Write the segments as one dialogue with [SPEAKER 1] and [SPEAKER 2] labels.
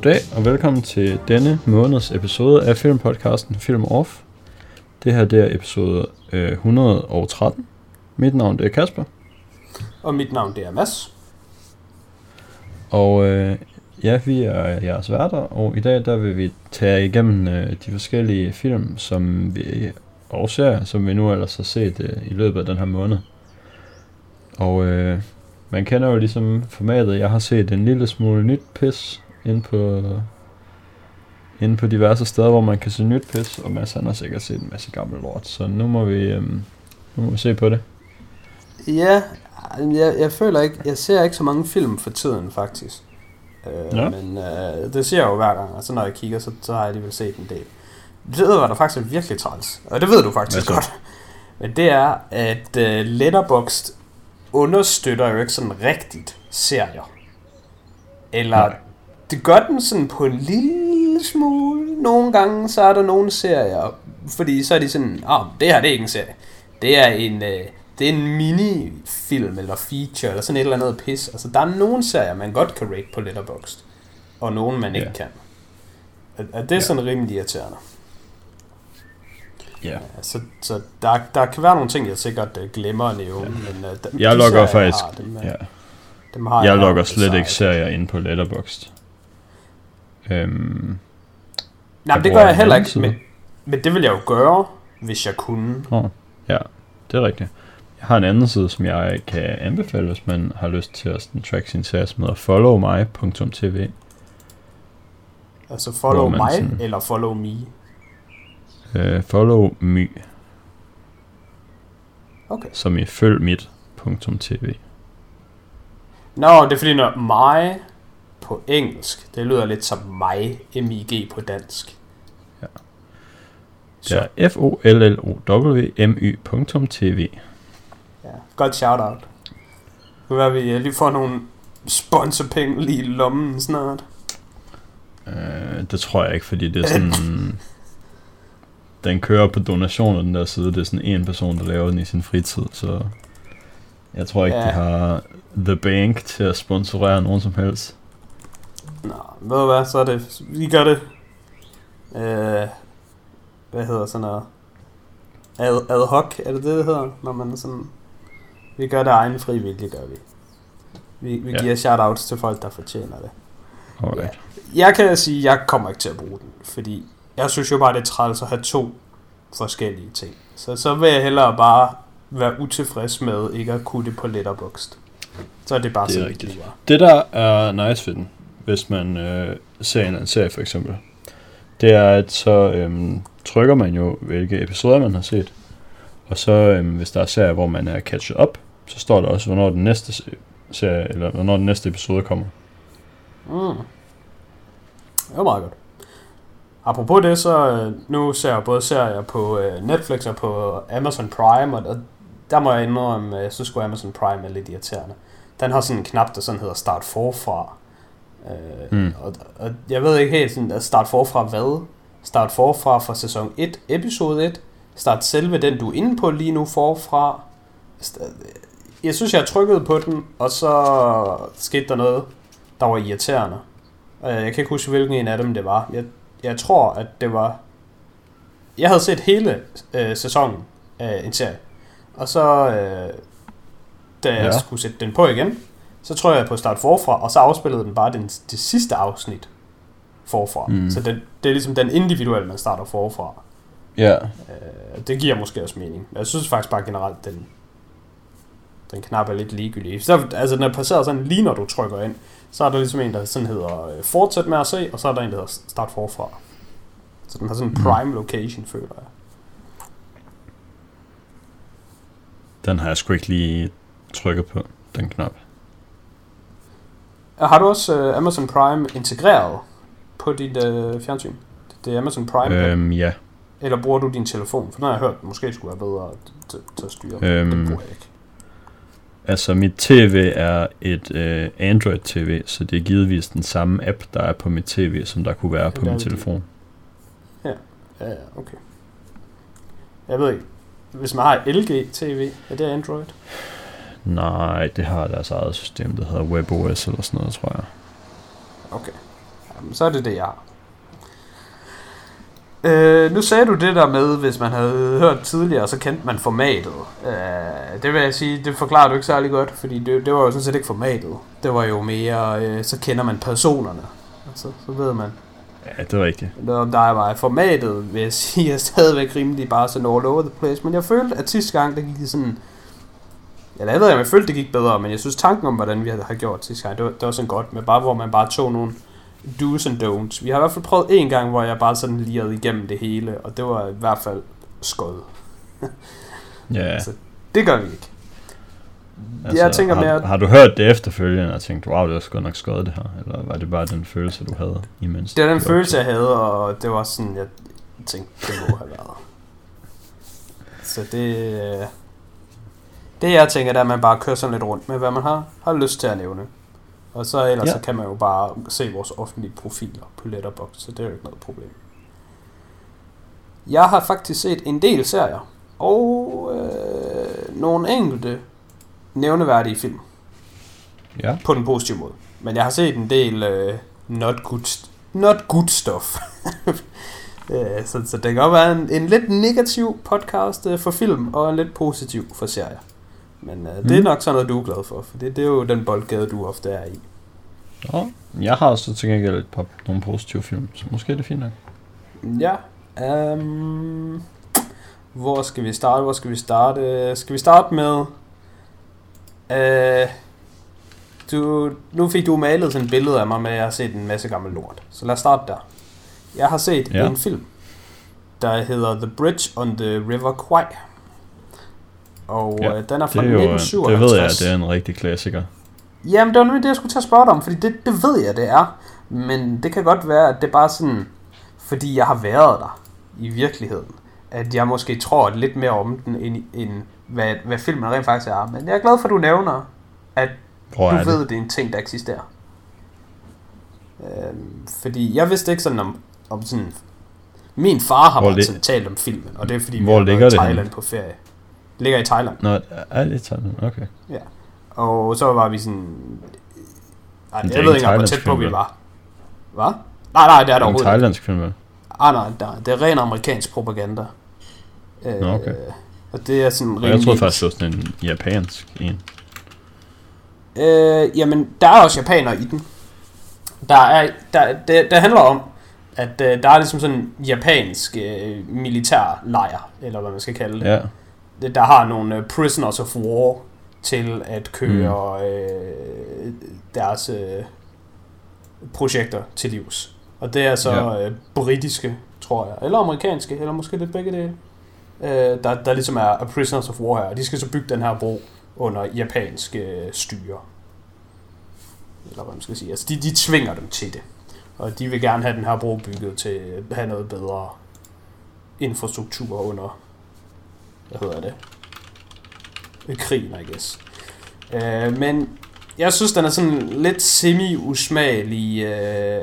[SPEAKER 1] Goddag og velkommen til denne måneds episode af filmpodcasten Film Off. Det her det er episode 113. Mit navn det er Kasper.
[SPEAKER 2] Og mit navn det er Mads.
[SPEAKER 1] Og vi er jeres værter, og i dag der vil vi tage igennem de forskellige film, som vi og serier, som vi nu ellers har set i løbet af den her måned. Og man kender jo ligesom formatet. Jeg har set en lille smule nyt pis inde på diverse steder, hvor man kan se nyt pis, og Mads han har sikkert set en masse gammel lort. Så nu må vi se på det.
[SPEAKER 2] Ja, jeg føler ikke, jeg ser ikke så mange film for tiden faktisk.
[SPEAKER 1] Ja.
[SPEAKER 2] Men det ser jeg jo hver gang, og så når jeg kigger, så har jeg alligevel set en del. Det ved der faktisk er virkelig træls, og det ved du faktisk godt. Men det er, at Letterboxd understøtter jo ikke sådan rigtigt serier. Eller det gør den sådan på en lille smule. Nogle gange så er der nogle serier, fordi så er de sådan, det her det er ikke en serie. Det er en minifilm eller feature eller sådan et eller andet pis. Altså der er nogle serier man godt kan rate på Letterboxd, og nogle man ikke kan. Og det er sådan rimelig irriterende.
[SPEAKER 1] Ja.
[SPEAKER 2] Så der kan være nogle ting jeg sikkert glemmer at nævne, men
[SPEAKER 1] jeg logger faktisk
[SPEAKER 2] dem har
[SPEAKER 1] jeg logger slet ikke serier ind på Letterboxd.
[SPEAKER 2] Nej, men det gør jeg heller ikke, men det vil jeg jo gøre, hvis jeg kunne.
[SPEAKER 1] Ja, det er rigtigt. Jeg har en anden side, som jeg kan anbefale, hvis man har lyst til at track sin serie, som hedder followmy.tv.
[SPEAKER 2] Altså follow mig eller follow me?
[SPEAKER 1] Follow me.
[SPEAKER 2] Okay.
[SPEAKER 1] Som i følg mit.tv.
[SPEAKER 2] Nå, det er fordi når mig på engelsk, det lyder lidt som mig, M-I-G på dansk.
[SPEAKER 1] Ja. Det er followmy.tv.
[SPEAKER 2] Ja, godt shout-out. Nu er vi lige får nogle sponsorpenge lige i lommen snart.
[SPEAKER 1] Det tror jeg ikke, fordi det er sådan... den kører på donationer, den der side. Det er sådan en person, der laver den i sin fritid, så... jeg tror ikke, de har the bank til at sponsorere nogen som helst.
[SPEAKER 2] Nå, ved du hvad, så er det... Vi gør det... hvad hedder sådan noget? Ad hoc, er det hedder? Når man sådan... Vi gør det egen frivilligt, gør vi. Vi giver shoutouts til folk, der fortjener det.
[SPEAKER 1] Okay.
[SPEAKER 2] Ja. Jeg kan sige, at jeg kommer ikke til at bruge den, fordi jeg synes jo bare, det er træls at have to forskellige ting. Så vil jeg hellere bare være utilfreds med ikke at kunne det på Letterboxd. Så er det bare sådan
[SPEAKER 1] rigtigt. Det der er nice ved den, hvis man ser en serie for eksempel, det er at så trykker man jo hvilke episoder man har set, og så hvis der er serier hvor man er catchet up, så står der også hvornår den næste serie eller hvornår den næste episode kommer.
[SPEAKER 2] Det var meget godt. Apropos det, så nu ser jeg både serier på Netflix og på Amazon Prime, og der må jeg indrømme, jeg synes at Amazon Prime er lidt irriterende. Den har sådan en knap, der sådan hedder Start Forfra. Og jeg ved ikke helt sådan, at Start Forfra hvad? Start Forfra fra sæson 1, episode 1. Start selve den, du er inde på lige nu forfra. Jeg synes, jeg trykkede på den, og så skete der noget, der var irriterende. Jeg kan ikke huske, hvilken en af dem det var. Jeg tror, at det var... Jeg havde set hele sæsonen af en serie. Og så, da jeg skulle sætte den på igen, så tror jeg på start forfra, og så afspillede den bare det sidste afsnit forfra. Så det er ligesom den individuelle, man starter forfra.
[SPEAKER 1] Ja.
[SPEAKER 2] Det giver måske også mening. Jeg synes faktisk bare generelt, den knap er lidt ligegyldig. Så, altså den er passeret sådan lige når du trykker ind, så er der ligesom en, der sådan hedder fortsæt med at se, og så er der en, der hedder start forfra. Så den har sådan en prime location, føler jeg.
[SPEAKER 1] Den har jeg sgu ikke lige trykket på, den knap.
[SPEAKER 2] Har du også Amazon Prime integreret på dit fjernsyn? Det er Amazon Prime?
[SPEAKER 1] Ja.
[SPEAKER 2] Eller bruger du din telefon? For den har jeg hørt, måske skulle være bedre til at styre. Det bruger jeg ikke.
[SPEAKER 1] Altså mit tv er et Android tv, så det er givetvis den samme app, der er på mit tv, som der kunne være på min telefon.
[SPEAKER 2] Ja, okay. Jeg ved ikke, hvis man har et LG tv, er det Android?
[SPEAKER 1] Nej, det har deres eget system, der hedder WebOS eller sådan noget, tror jeg.
[SPEAKER 2] Okay. Jamen, så er det jeg har. Nu sagde du det der med, hvis man havde hørt tidligere, så kendte man formatet. Det vil jeg sige, det forklarer du ikke særlig godt, fordi det var jo sådan set ikke formatet. Det var jo mere, så kender man personerne. Altså, så ved man.
[SPEAKER 1] Ja, det er rigtigt.
[SPEAKER 2] Om der var formatet, vil jeg sige, er stadigvæk rimelig bare sådan all over the place. Men jeg følte, at sidste gang, der gik det sådan... Eller jeg ved ikke, jeg følte, det gik bedre, men jeg synes tanken om, hvordan vi har gjort sidste gang, det var sådan godt, med bare hvor man bare tog nogle do's and don'ts. Vi har i hvert fald prøvet en gang, hvor jeg bare sådan lirede igennem det hele, og det var i hvert fald skød.
[SPEAKER 1] Ja.
[SPEAKER 2] Så det gør vi ikke.
[SPEAKER 1] Altså, jeg tænker mere... Har du hørt det efterfølgende og tænkt, wow, det var sgu nok skød det her? Eller var det bare den følelse, du havde imens?
[SPEAKER 2] Det var den følelse, jeg havde, og det var sådan, jeg tænkte, det må have været. Så det jeg tænker, det er, at man bare kører sådan lidt rundt med, hvad man har lyst til at nævne. Og så ellers så kan man jo bare se vores offentlige profiler på Letterboxd, så det er jo ikke noget problem. Jeg har faktisk set en del serier, og nogle enkelte nævneværdige film.
[SPEAKER 1] Ja.
[SPEAKER 2] På den positive måde. Men jeg har set en del not good stuff. Så det kan godt være en lidt negativ podcast for film, og en lidt positiv for serier. Men det er nok sådan noget, du er glad for det er jo den boldgade, du ofte er i.
[SPEAKER 1] Ja, jeg har også til gengæld nogle positive film, så måske er det fint nok.
[SPEAKER 2] Ja, hvor skal vi starte? Skal vi starte med... nu fik du malet sådan et billede af mig med, at jeg har set en masse gammel lort. Så lad os starte der. Jeg har set en film, der hedder The Bridge on the River Kwai. Og den er fra 1957.
[SPEAKER 1] Det ved jeg, det er en rigtig klassiker.
[SPEAKER 2] Jamen, det var nemlig det, jeg skulle tage at spørge dig om, fordi det ved jeg, det er. Men det kan godt være, at det er bare sådan, fordi jeg har været der i virkeligheden, at jeg måske tror lidt mere om den, end hvad filmen rent faktisk er. Men jeg er glad for, at du nævner, at du ved, det er en ting, der eksisterer. Fordi jeg vidste ikke sådan om sådan... Min far har bare sådan talt om filmen, og det er fordi, vi har været i Thailand på ferie. Det ligger i Thailand.
[SPEAKER 1] Nå, er det i Thailand? Okay.
[SPEAKER 2] Ja. Og så var vi sådan... jeg ved ikke, hvor tæt på vi var. Hvad? Nej, det er der overhovedet ikke.
[SPEAKER 1] En thailandsk film, vel?
[SPEAKER 2] Nej, det er ren amerikansk propaganda.
[SPEAKER 1] Okay.
[SPEAKER 2] Og det er sådan rimelig...
[SPEAKER 1] Jeg troede faktisk, det var sådan en japansk en.
[SPEAKER 2] Jamen, der er også japanere i den. Det handler om, at der er ligesom sådan en japansk militærlejr, eller hvad man skal kalde det.
[SPEAKER 1] Ja.
[SPEAKER 2] Der har nogle prisoners of war til at køre deres projekter til livs. Og det er så britiske, tror jeg, eller amerikanske, eller måske lidt begge dele, der ligesom er prisoners of war her. Og de skal så bygge den her bro under japansk styre. Eller hvad man skal sige. Altså de tvinger dem til det. Og de vil gerne have den her bro bygget til at have noget bedre infrastruktur under, hvad hedder det? Krigen, I guess. Men jeg synes, den er sådan lidt semi-usmagelig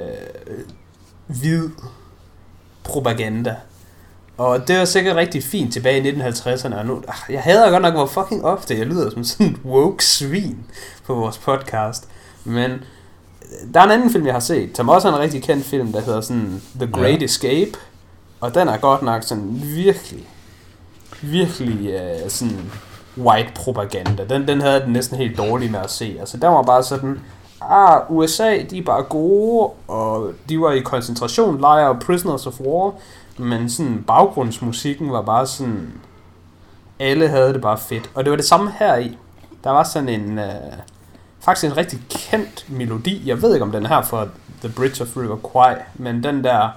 [SPEAKER 2] hvid propaganda. Og det var sikkert rigtig fint tilbage i 1950'erne. Og nu, jeg hader godt nok, hvor fucking ofte jeg lyder som sådan et woke svin på vores podcast. Men der er en anden film, jeg har set, som også er en rigtig kendt film, der hedder sådan The Great Escape. Og den er godt nok sådan virkelig sådan white propaganda. Den havde den næsten helt dårlig med at se. Altså der var bare sådan, USA, de er bare gode, og de var i koncentrationslejre og prisoners of war, men sådan baggrundsmusikken var bare sådan, alle havde det bare fedt. Og det var det samme her i. Der var sådan en, faktisk en rigtig kendt melodi. Jeg ved ikke, om den er her fra The Bridge of River Kwai, men den der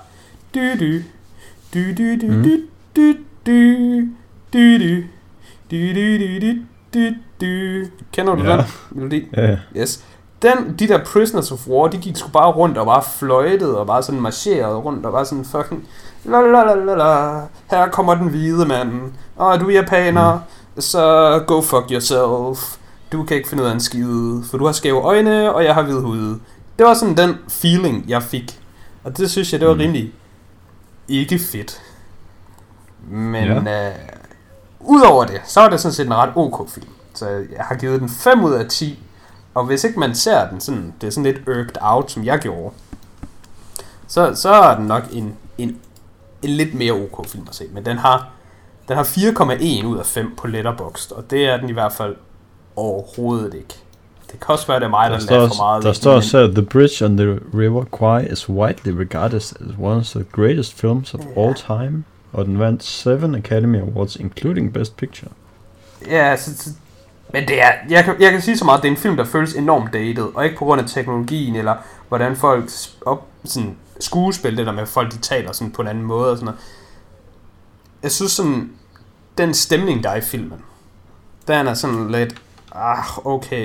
[SPEAKER 2] kender du den melodi?
[SPEAKER 1] Ja.
[SPEAKER 2] Yes. De der prisoners of war, de gik sgu bare rundt og bare fløjtede og bare sådan marcherede rundt og bare sådan fucking la. Her kommer den hvide mand. Du er japaner, så go fuck yourself. Du kan ikke finde ud af en skide, for du har skæve øjne, og jeg har hvid hud. Det var sådan den feeling, jeg fik. Og det synes jeg, det var rimelig ikke fedt. Men udover det, så er det sådan set en ret ok film. Så jeg har givet den 5 ud af 10. Og hvis ikke man ser den sådan, det er sådan lidt irked out, som jeg gjorde, så er den nok en lidt mere ok film at se. Men den har 4,1 ud af 5 på Letterboxd, og det er den i hvert fald overhovedet ikke. Det kan også være, det er mig, der lader for meget.
[SPEAKER 1] Der står også, The Bridge on the River Kwai is widely regarded as one of the greatest films of all time, og den vandt 7 Academy Awards, including Best Picture.
[SPEAKER 2] Ja, men det er, jeg kan sige så meget, at det er en film, der føles enormt dated, og ikke på grund af teknologien, eller hvordan folk sådan skuespil, det der med folk, de taler sådan på en anden måde og sådan noget. Jeg synes sådan, den stemning, der er i filmen, den er sådan lidt, okay.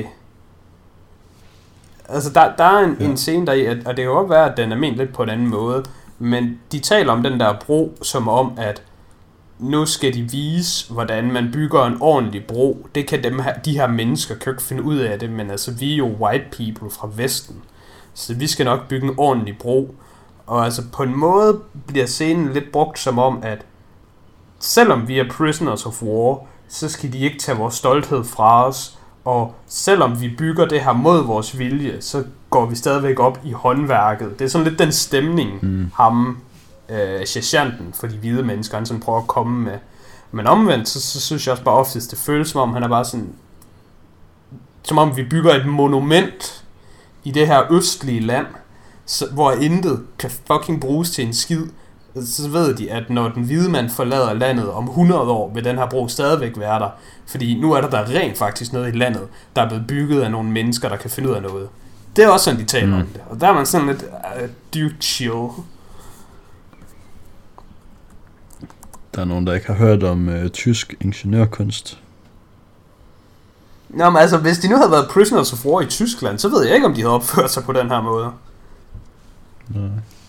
[SPEAKER 2] Altså, der er en scene der i, og det kan godt være, at den er ment lidt på en anden måde, men de taler om den der bro, som om, at nu skal de vise, hvordan man bygger en ordentlig bro. Det kan de her mennesker kan ikke finde ud af det, men altså, vi er jo white people fra Vesten, så vi skal nok bygge en ordentlig bro. Og altså, på en måde bliver scenen lidt brugt som om, at selvom vi er prisoners of war, så skal de ikke tage vores stolthed fra os, og selvom vi bygger det her mod vores vilje, så går vi stadigvæk op i håndværket. Det er sådan lidt den stemning, ham, sergeanten for de hvide mennesker, han sådan prøver at komme med. Men omvendt, så synes jeg også bare oftest, det føles som om, han er bare sådan, som om vi bygger et monument i det her østlige land, hvor intet kan fucking bruges til en skid. Så ved de, at når den hvide mand forlader landet om 100 år, vil den her bro stadigvæk være der. Fordi nu er der rent faktisk noget i landet, der er blevet bygget af nogle mennesker, der kan finde ud af noget. Det er også sådan, de taler om det. Og der er man sådan lidt, dude, chill.
[SPEAKER 1] Der er nogen, der ikke har hørt om tysk ingeniørkunst.
[SPEAKER 2] Nå, men altså, hvis de nu havde været prisoners of war i Tyskland, så ved jeg ikke, om de havde opført sig på den her måde.
[SPEAKER 1] Nej.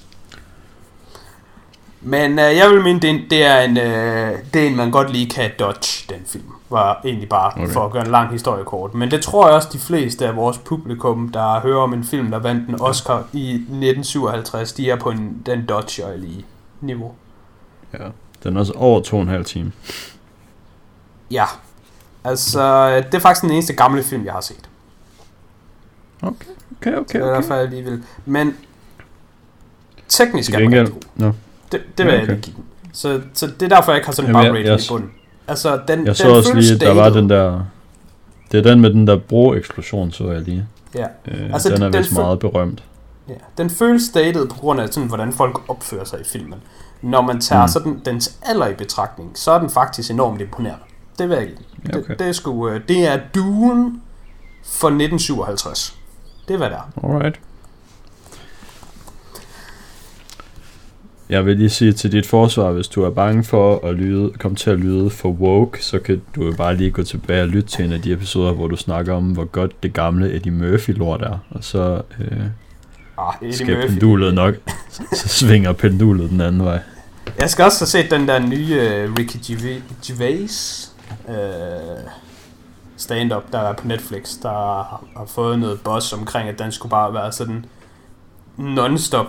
[SPEAKER 2] Men jeg vil mene, det er en, man godt lige kan dodge, den film. Var egentlig bare for at gøre en lang historie kort. Men det tror jeg også, de fleste af vores publikum, der hører om en film, der vandt en Oscar i 1957, de er på den dodger-lige niveau.
[SPEAKER 1] Ja, den er også over 2,5 timer.
[SPEAKER 2] Ja, altså, det er faktisk den eneste gamle film, jeg har set.
[SPEAKER 1] Okay.
[SPEAKER 2] Det er i hvert fald alligevel. Men teknisk er den rigtig god.
[SPEAKER 1] No.
[SPEAKER 2] Det vil jeg lige give den. Så det er derfor, jeg ikke har sådan en bar rating i bunden. Altså,
[SPEAKER 1] jeg så også lige, der var den der... Det er den med den der bro-eksplosion, så jeg lige.
[SPEAKER 2] Ja. Altså,
[SPEAKER 1] den er vist meget berømt.
[SPEAKER 2] Ja. Den føles dated på grund af sådan, hvordan folk opfører sig i filmen. Når man tager sådan dens alder i betragtning, så er den faktisk enormt imponerende. Det vil jeg give den. Ja, okay. Det er Dune for 1957. Det er, hvad det er.
[SPEAKER 1] Alright. Jeg vil lige sige til dit forsvar, hvis du er bange for at komme til at lyde for woke, så kan du jo bare lige gå tilbage og lytte til en af de episoder, hvor du snakker om, hvor godt det gamle Eddie Murphy-lort er. Og så skal pendulet nok, så svinger pendulet den anden vej.
[SPEAKER 2] Jeg skal også have set den der nye Ricky Gervais stand-up, der er på Netflix, der har fået noget buzz omkring, at den skulle bare være sådan non-stop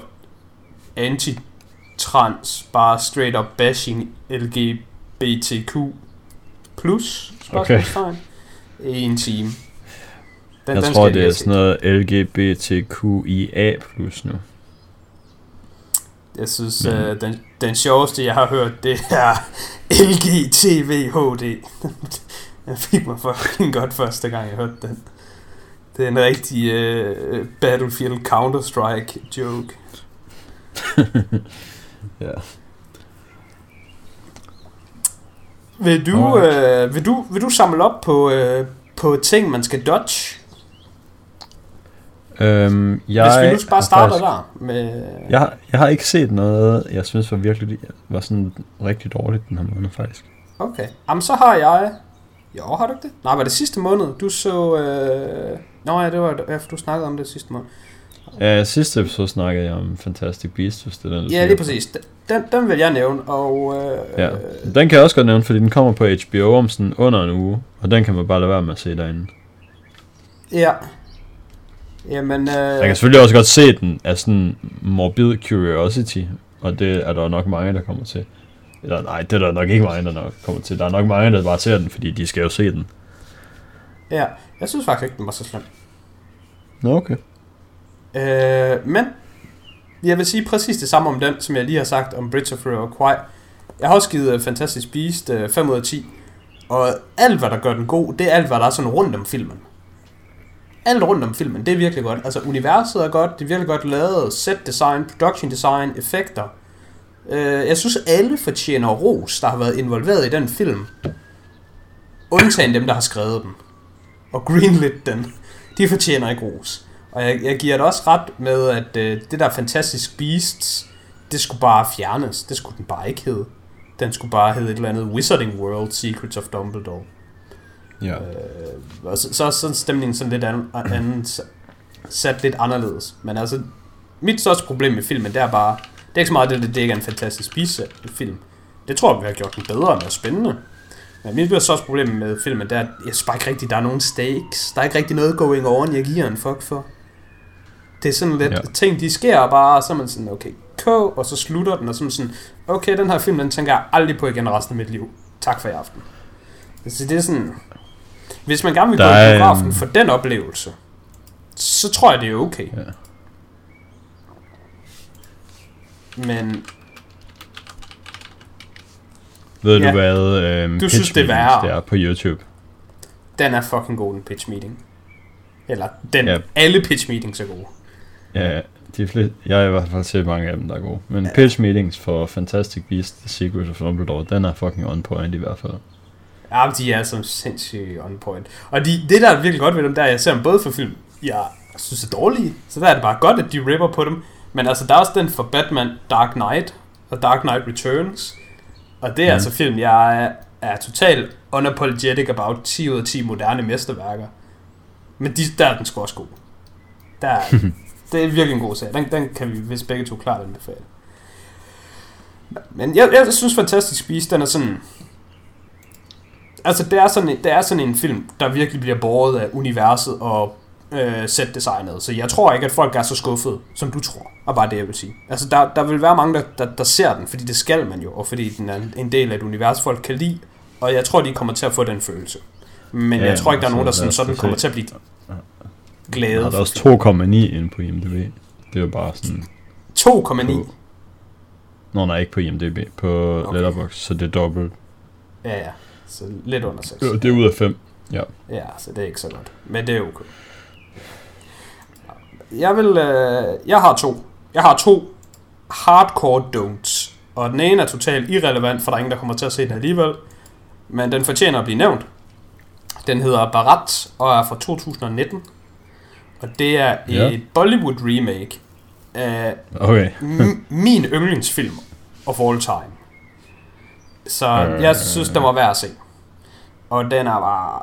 [SPEAKER 2] anti-trans, bare straight up bashing LGBTQ plus spørgsmålstegn i en time.
[SPEAKER 1] Jeg tror, det er sådan noget LGBTQIA plus nu.
[SPEAKER 2] Jeg synes, den sjoveste, jeg har hørt, det er LGTVHD. Jeg fik mig fucking godt første gang, jeg hørte den. Det er en rigtig Battlefield Counter-Strike joke.
[SPEAKER 1] Ja.
[SPEAKER 2] Vil du samle op på ting, man skal dodge? Hvis vi nu bare starter der med...
[SPEAKER 1] Jeg har ikke set noget, jeg synes var sådan rigtig dårligt den her måned faktisk.
[SPEAKER 2] Okay, jamen så har jeg... Jo, har du ikke det? Nej, var det sidste måned? Du så... Nå ja, det var... Ja, for du snakkede om det sidste måned.
[SPEAKER 1] Ja, sidste episode snakkede jeg om Fantastic Beasts, hvis det er den.
[SPEAKER 2] Ja, lige præcis. Den vil jeg nævne, og...
[SPEAKER 1] ja, den kan jeg også godt nævne, fordi den kommer på HBO om sådan under en uge, og den kan man bare lade være med at se derinde.
[SPEAKER 2] Ja. Jamen...
[SPEAKER 1] Jeg kan selvfølgelig også godt se den af sådan morbid curiosity, og det er der nok mange, der kommer til. Eller nej, det er der nok ikke mange, der kommer til. Der er nok mange, der bare ser den, fordi de skal jo se den.
[SPEAKER 2] Ja, jeg synes faktisk ikke, den var så slem.
[SPEAKER 1] Nå, okay.
[SPEAKER 2] Men jeg vil sige præcis det samme om den, som jeg lige har sagt om Bridge of River Kwai. Jeg har også givet Fantastic Beast 5 ud af 10. Og alt, hvad der gør den god, det er alt, hvad der er sådan rundt om filmen. Alt rundt om filmen, det er virkelig godt. Altså, universet er godt, det er virkelig godt lavet. Set design, production design, effekter. Jeg synes, alle fortjener ros, der har været involveret i den film. Undtagen dem, der har skrevet den. Og greenlit den. De fortjener ikke ros. Og jeg giver det også ret med, at det der Fantastic Beasts, det skulle bare fjernes. Det skulle den bare ikke hedde. Den skulle bare hedde et eller andet Wizarding World Secrets of Dumbledore.
[SPEAKER 1] Ja.
[SPEAKER 2] Og så er sådan stemningen sådan lidt anden sat lidt anderledes. Men altså, mit største problem med filmen, det er bare, det er ikke så meget det ikke er en Fantastic Beasts-film. Det tror jeg, vi har gjort den bedre og mere spændende. Men mit største problem med filmen, det er, at jeg synes bare ikke rigtigt, der er nogen stakes. Der er ikke rigtig noget going on, jeg giver en fuck for. Det er sådan lidt, ting de sker bare, og så er man sådan, okay, og så slutter den, og sådan, okay, den her film, den tænker jeg aldrig på igen resten af mit liv. Tak for i aften. Så det er sådan, hvis man gerne vil gå i biografen for den oplevelse, så tror jeg, det er okay. Ja. Men
[SPEAKER 1] ved du hvad
[SPEAKER 2] du synes, det er værre.
[SPEAKER 1] Det er på YouTube?
[SPEAKER 2] Den er fucking god, den pitch meeting. Eller alle pitch meetings er gode.
[SPEAKER 1] Ja, jeg har i hvert fald set mange af dem, der er gode. Men pitch meetings for Fantastic Beasts, The Secrets of Dumbledore, den er fucking on point i hvert fald.
[SPEAKER 2] Ja, de er så sindssygt on point. Og det der er virkelig godt ved dem, der jeg ser dem både for film, jeg synes er dårlige, så der er det bare godt, at de ripper på dem. Men altså, der er også den for Batman Dark Knight og Dark Knight Returns. Og det er altså film, jeg er totalt unapologetic about 10 ud af 10 moderne mesterværker. Men der er den sgu også god. Det er virkelig en god sag. Den kan vi vist begge to klart anbefale. Men jeg synes Fantastic Beasts, den er sådan... Altså, det er sådan en film, der virkelig bliver båret af universet og set-designet. Så jeg tror ikke, at folk er så skuffede, som du tror. Og bare det, jeg vil sige. Altså, der vil være mange, der ser den, fordi det skal man jo, og fordi den er en del af et univers, folk kan lide. Og jeg tror, de kommer til at få den følelse. Men jeg tror ikke, der er nogen, der sådan kommer til at blive glade.
[SPEAKER 1] Der er også 2,9 inde på IMDb. Det er jo bare sådan...
[SPEAKER 2] 2,9?
[SPEAKER 1] Nå, nej, ikke på IMDb. På Letterboxd, så det er dobbelt.
[SPEAKER 2] Ja. Så lidt under 6.
[SPEAKER 1] Det er ud af 5. Ja.
[SPEAKER 2] Ja, så det er ikke så godt. Men det er okay. Jeg har to hardcore don'ts. Og den ene er totalt irrelevant, for der er ingen, der kommer til at se den alligevel. Men den fortjener at blive nævnt. Den hedder Barat og er fra 2019. Og det er et Bollywood remake af min yndlingsfilm of all time. Så jeg synes, den var værd at se. Og den er bare...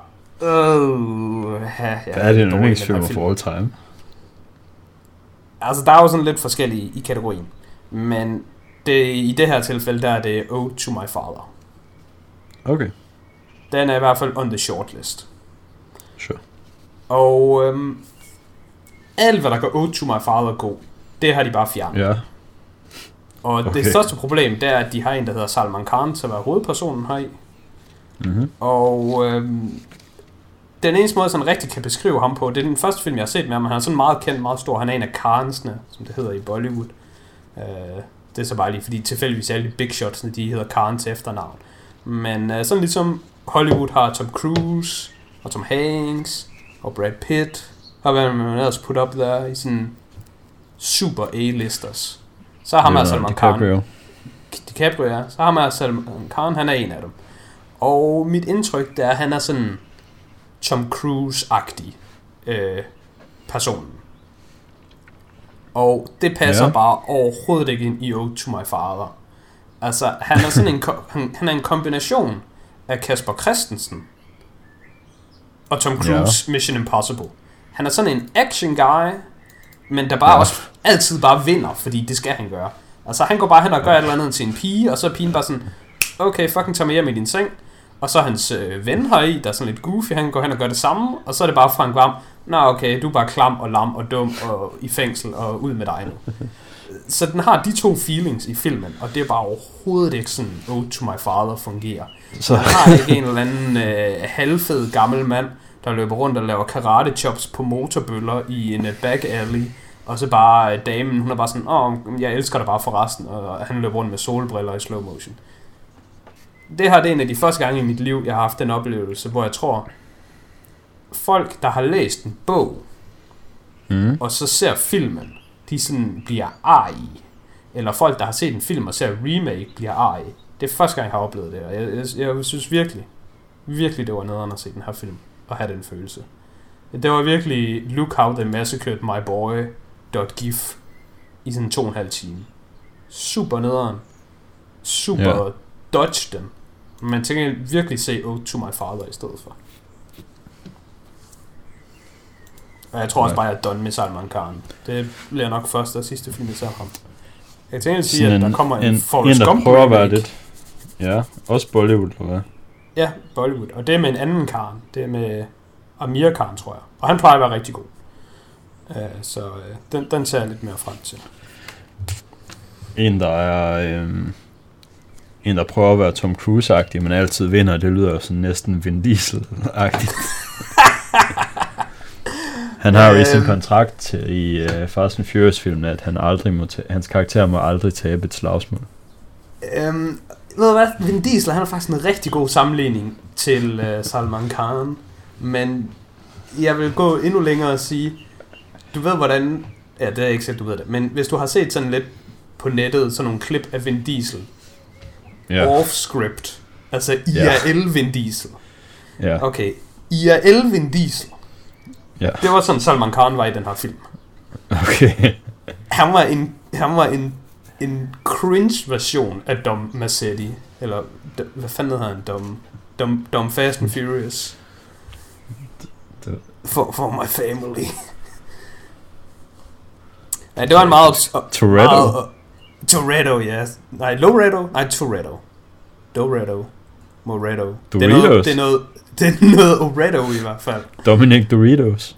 [SPEAKER 1] Hvad er det en yndlingsfilm of all time?
[SPEAKER 2] Altså, der er jo sådan lidt forskellige i kategorien. Men i det her tilfælde, der er det Ode to My Father.
[SPEAKER 1] Okay.
[SPEAKER 2] Den er i hvert fald on the shortlist.
[SPEAKER 1] Sure.
[SPEAKER 2] Og alt, hvad der gør Ode to My Father god, det har de bare fjernet.
[SPEAKER 1] Ja.
[SPEAKER 2] Og det største problem, det er, at de har en, der hedder Salman Khan, til at være hovedpersonen heri.
[SPEAKER 1] Mm-hmm.
[SPEAKER 2] Og den eneste måde, sådan rigtig kan beskrive ham på, det er den første film, jeg har set med ham. Han er sådan meget kendt, meget stor. Han er en af Khansene, som det hedder i Bollywood. Det er så bare lige, fordi tilfældigvis alle big shotsene, de hedder Khan til efternavn. Men sådan ligesom Hollywood har Tom Cruise, og Tom Hanks, og Brad Pitt, har man ellers put up der i sådan super A-listers. Så har man Salman Khan. DiCaprio, ja. Så har man Salman Khan, han er en af dem. Og mit indtryk, det er, at han er sådan Tom Cruise-agtig personen. Og det passer bare overhovedet ikke ind i Ode to My Father. Altså, han er sådan han er en kombination af Kasper Christensen og Tom Cruise Mission Impossible. Han er sådan en action guy, men der bare også altid bare vinder, fordi det skal han gøre. Altså, han går bare hen og gør et eller andet til en pige, og så er pigen bare sådan, okay, fucking tag mig hjem i din seng. Og så hans ven heri, der er sådan lidt goofy, han går hen og gør det samme, og så er det bare Frank Hvam, nå okay, du er bare klam og lam og dum og i fængsel og ud med dig nu. Så den har de to feelings i filmen, og det er bare overhovedet ikke sådan Ode to My Father fungerer. Så han har ikke en eller anden halvfed gammel mand, der løber rundt og laver karate chops på motorbøller i en back alley og så bare damen, hun er bare sådan, jeg elsker dig bare for resten, og han løber rundt med solbriller i slow motion. Det her, det er en af de første gange i mit liv, jeg har haft den oplevelse, hvor jeg tror, folk, der har læst en bog, og så ser filmen, de sådan bliver arg i. Eller folk, der har set en film og ser remake, bliver arg i. Det er første gang, jeg har oplevet det, og jeg synes virkelig, det var nederen at se den her film, og have den følelse. Det var virkelig Look How They Massacred My Boy.gif i sådan 2,5 timer. Super nederen. Super dodge den. Man tænker virkelig se Ode to My Father i stedet for. Og jeg tror også bare, at jeg er done med Salman Khan. Det bliver nok første og sidste film, jeg ser ham. Jeg tænker at sige, at der kommer en Forrest Gump
[SPEAKER 1] prøver at være lidt. Ja, også Bollywood, eller hvad?
[SPEAKER 2] Ja, Bollywood. Og det er med en anden Khan. Det er med Amir Khan, tror jeg. Og han plejer at være rigtig god. Så den ser jeg lidt mere frem til.
[SPEAKER 1] En, der prøver at være Tom Cruise-agtig, men altid vinder, det lyder jo sådan næsten Vin Diesel-agtigt. Han har jo i sin kontrakt i Fast and Furious-filmen, at hans karakter må aldrig tabe et slagsmål.
[SPEAKER 2] Ved du hvad? Vin Diesel, han er faktisk en rigtig god sammenligning til Salman Khan. Men jeg vil gå endnu længere og sige, du ved hvordan... Ja, det er ikke sikkert, du ved det. Men hvis du har set sådan lidt på nettet, sådan nogle klip af Vin Diesel, off-script, altså IRL Vin Diesel. Okay, IRL Vin Diesel. Det var sådan, Salman Khan var i den her film.
[SPEAKER 1] Okay.
[SPEAKER 2] Han var en cringe-version af Dom Mazzetti. Eller, hvad fanden hedder han? Dom Fast and Furious. For my family. Nej, det var en meget...
[SPEAKER 1] Toretto?
[SPEAKER 2] Toretto, ja. Nej, Loretto? Nej, Toretto. Doretto. Moretto.
[SPEAKER 1] Doritos?
[SPEAKER 2] Det er noget Oretto i hvert fald.
[SPEAKER 1] Dominic Doritos.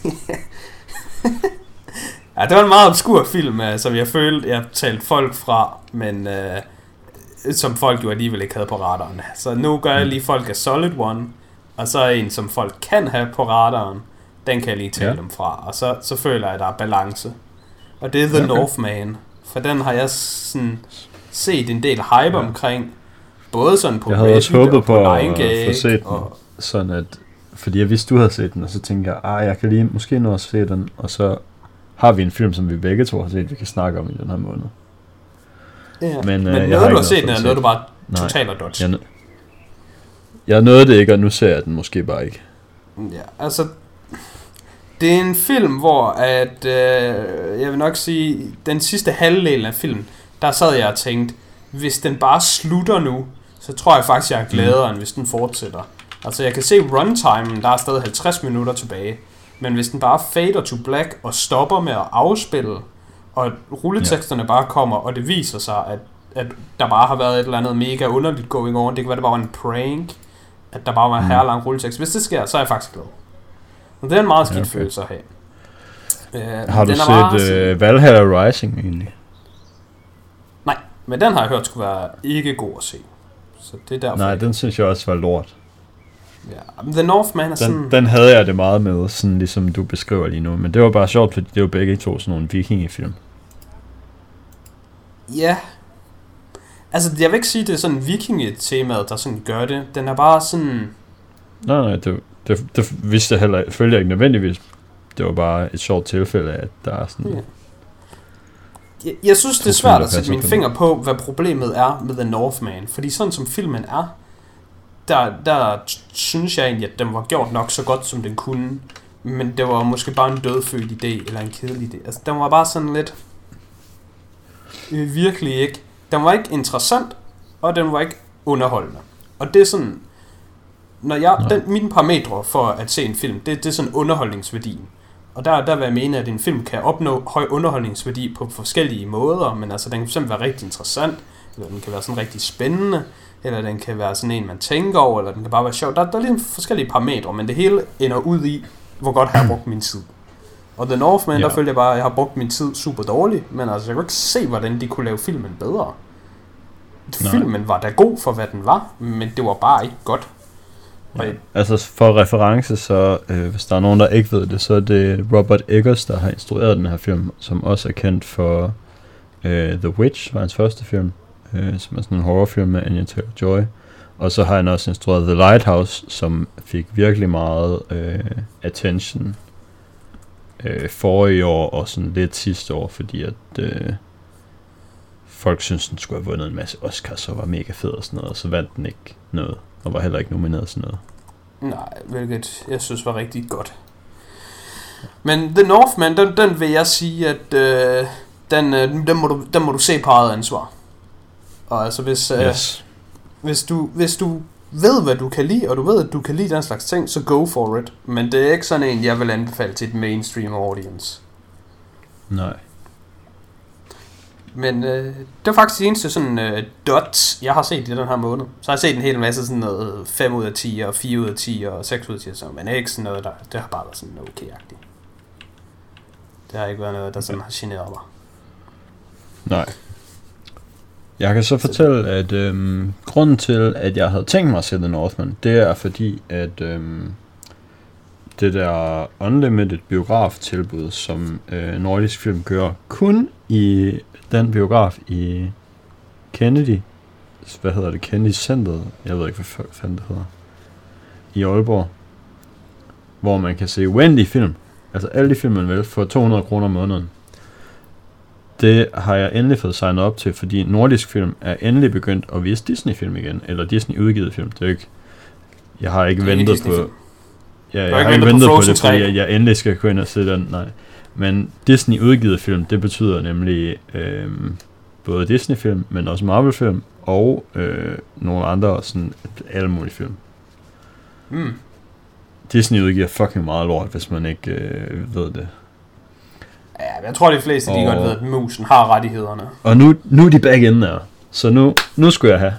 [SPEAKER 2] Ja, det var en meget obskur film, som jeg følte, jeg talte folk fra, men som folk jo alligevel ikke havde på radaren. Så nu gør jeg lige folk af Solid One, og så er en, som folk kan have på radaren, den kan jeg lige tale dem fra. Og så føler jeg, at der er balance. Og det er The Northman, for den har jeg sådan set en del hype omkring. Både sådan på
[SPEAKER 1] Reddit og på 9gag. Jeg havde også håbet på at få set den, sådan at, fordi jeg vidste, du havde set den, og så tænkte jeg, jeg kan lige måske nå at se den, og så har vi en film, som vi begge to har set, vi kan snakke om i den her måned.
[SPEAKER 2] Ja. Men noget du har set den, eller noget du bare totalt har dodge?
[SPEAKER 1] Jeg nåede det ikke, og nu ser jeg den måske bare ikke.
[SPEAKER 2] Ja, altså, det er en film, hvor at, jeg vil nok sige, den sidste halvdel af filmen, der sad jeg og tænkte, hvis den bare slutter nu, så tror jeg faktisk, jeg er gladere, end hvis den fortsætter. Altså, jeg kan se runtimen, der er stadig 50 minutter tilbage. Men hvis den bare fader to black og stopper med at afspille, og rulleteksterne bare kommer, og det viser sig, at der bare har været et eller andet mega underligt going on, det kan være, det bare var en prank, at der bare var en herrelang rulletekst. Hvis det sker, så er jeg faktisk glad. Og det er en meget skidt følelse at have.
[SPEAKER 1] Har du set Valhalla Rising egentlig?
[SPEAKER 2] Nej, men den har jeg hørt skulle være ikke god at se. Så det er derfor.
[SPEAKER 1] Nej, den synes jeg også var lort.
[SPEAKER 2] Ja, The Northman er sådan...
[SPEAKER 1] Den havde jeg det meget med, sådan ligesom du beskriver lige nu. Men det var bare sjovt, fordi det var begge to sådan nogle vikingefilm.
[SPEAKER 2] Ja. Altså, jeg vil ikke sige, det er sådan vikingetemaet, der sådan gør det. Den er bare sådan...
[SPEAKER 1] Nej, det vidste jeg heller, følte jeg ikke nødvendigvis. Det var bare et sjovt tilfælde, at der er sådan...
[SPEAKER 2] Ja. Jeg synes, det er svært at sætte mine fingre på, hvad problemet er med The Northman. Fordi sådan som filmen er, der synes jeg egentlig, at den var gjort nok så godt, som den kunne. Men det var måske bare en dødfødt idé, eller en kedelig idé. Altså, den var bare sådan lidt... Virkelig ikke. Den var ikke interessant, og den var ikke underholdende. Og det er sådan... mine parametre for at se en film, det er sådan underholdningsværdien. Og der vil jeg mene, at en film kan opnå høj underholdningsværdi på forskellige måder, men altså den kan simpelthen være rigtig interessant, eller den kan være sådan rigtig spændende, eller den kan være sådan en, man tænker over, eller den kan bare være sjov. Der er ligesom forskellige parametre, men det hele ender ud i, hvor godt har jeg brugt min tid. Og The Northman, der følte jeg bare, at jeg har brugt min tid super dårligt, men altså jeg kunne ikke se, hvordan de kunne lave filmen bedre. Filmen var da god for, hvad den var, men det var bare ikke godt.
[SPEAKER 1] Ja. Altså for reference, så hvis der er nogen, der ikke ved det, så er det Robert Eggers, der har instrueret den her film, som også er kendt for The Witch, var hans første film, som er sådan en horrorfilm med Anya Taylor-Joy. Og så har han også instrueret The Lighthouse, som fik virkelig meget attention forrige år og sådan lidt sidste år, fordi at folk synes den skulle have vundet en masse Oscars og var mega fed og sådan noget, og så vandt den ikke noget, og var heller ikke nomineret til noget.
[SPEAKER 2] Nej, hvilket jeg synes var rigtig godt. Men The Northman, den vil jeg sige, at den må du se på eget ansvar. Og altså hvis du ved, hvad du kan lide, og du ved, at du kan lide den slags ting, så go for it. Men det er ikke sådan en, jeg vil anbefale til et mainstream audience.
[SPEAKER 1] Nej.
[SPEAKER 2] Men det er faktisk det eneste sådan dots, jeg har set i den her måned. Så har jeg set en hel masse sådan noget 5 ud af 10, og 4 ud af 10, og 6 ud af 10, men ikke sådan noget, det har bare været sådan okay-agtigt. Det har ikke været noget, der sådan har generet mig.
[SPEAKER 1] Nej. Jeg kan så fortælle, at grunden til, at jeg havde tænkt mig at se The Northman, det er fordi, at det der Unlimited biograf-tilbud, som Nordisk Film kører, kun i den biograf i Kennedy, Kennedy Centeret, jeg ved ikke, hvad fanden det hedder, i Aalborg, hvor man kan se uendelige film, altså alle de film, man vil, for 200 kroner om måneden. Det har jeg endelig fået signet op til, fordi Nordisk Film er endelig begyndt at vise Disney-film igen, eller Disney-udgivet film. Det er ikke, jeg har ikke ventet på... Jeg har ikke ventet på det, fordi jeg endelig skal gå ind og se den, nej. Men Disney-udgivet film, det betyder nemlig både Disney-film, men også Marvel-film, og nogle andre, sådan alle mulige film. Disney udgiver fucking meget lort, hvis man ikke ved det.
[SPEAKER 2] Ja, jeg tror de fleste, de godt ved, at musen har rettighederne.
[SPEAKER 1] Og nu er de back in der. Så nu skulle jeg have.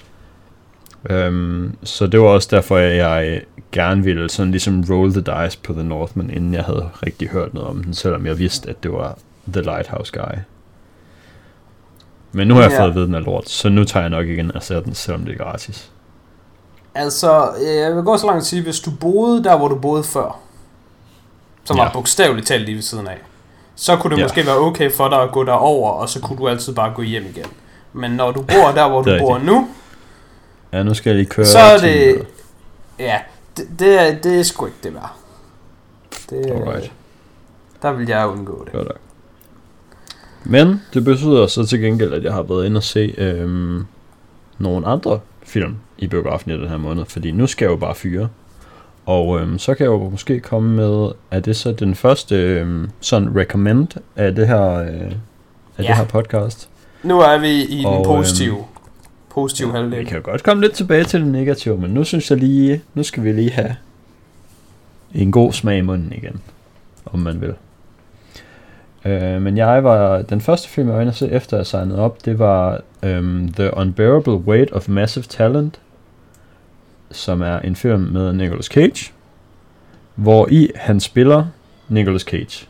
[SPEAKER 1] Så det var også derfor, jeg gerne ville sådan ligesom roll the dice på The Northman, inden jeg havde rigtig hørt noget om den, selvom jeg vidste, at det var The Lighthouse Guy. Men nu har jeg fået at vide, den er lort, så nu tager jeg nok igen og ser den, selvom det er gratis.
[SPEAKER 2] Altså, jeg vil gå så langt at sige, hvis du boede der, hvor du boede før, som var bogstaveligt talt lige ved siden af, så kunne det måske være okay for dig at gå derover, og så kunne du altid bare gå hjem igen. Men når du bor der, hvor du bor nu...
[SPEAKER 1] Ja, nu skal jeg lige køre...
[SPEAKER 2] Så er det... Ja, det er sgu ikke det værd.
[SPEAKER 1] Alright.
[SPEAKER 2] Der vil jeg undgå det.
[SPEAKER 1] Godt. Men det betyder så til gengæld, at jeg har været inde og se nogle andre film i biografen i den her måned, fordi nu skal jeg jo bare fyre. Og så kan jeg jo måske komme med, at det så den første sådan recommend af det her, det her podcast.
[SPEAKER 2] Nu er vi i den positive halvdel.
[SPEAKER 1] Vi kan jo godt komme lidt tilbage til det negative, men nu synes jeg lige, nu skal vi lige have en god smag i munden igen, om man vil. Men den første film, jeg var inde og se efter jeg signede op, det var The Unbearable Weight of Massive Talent, som er en film med Nicolas Cage, hvor i han spiller Nicolas Cage.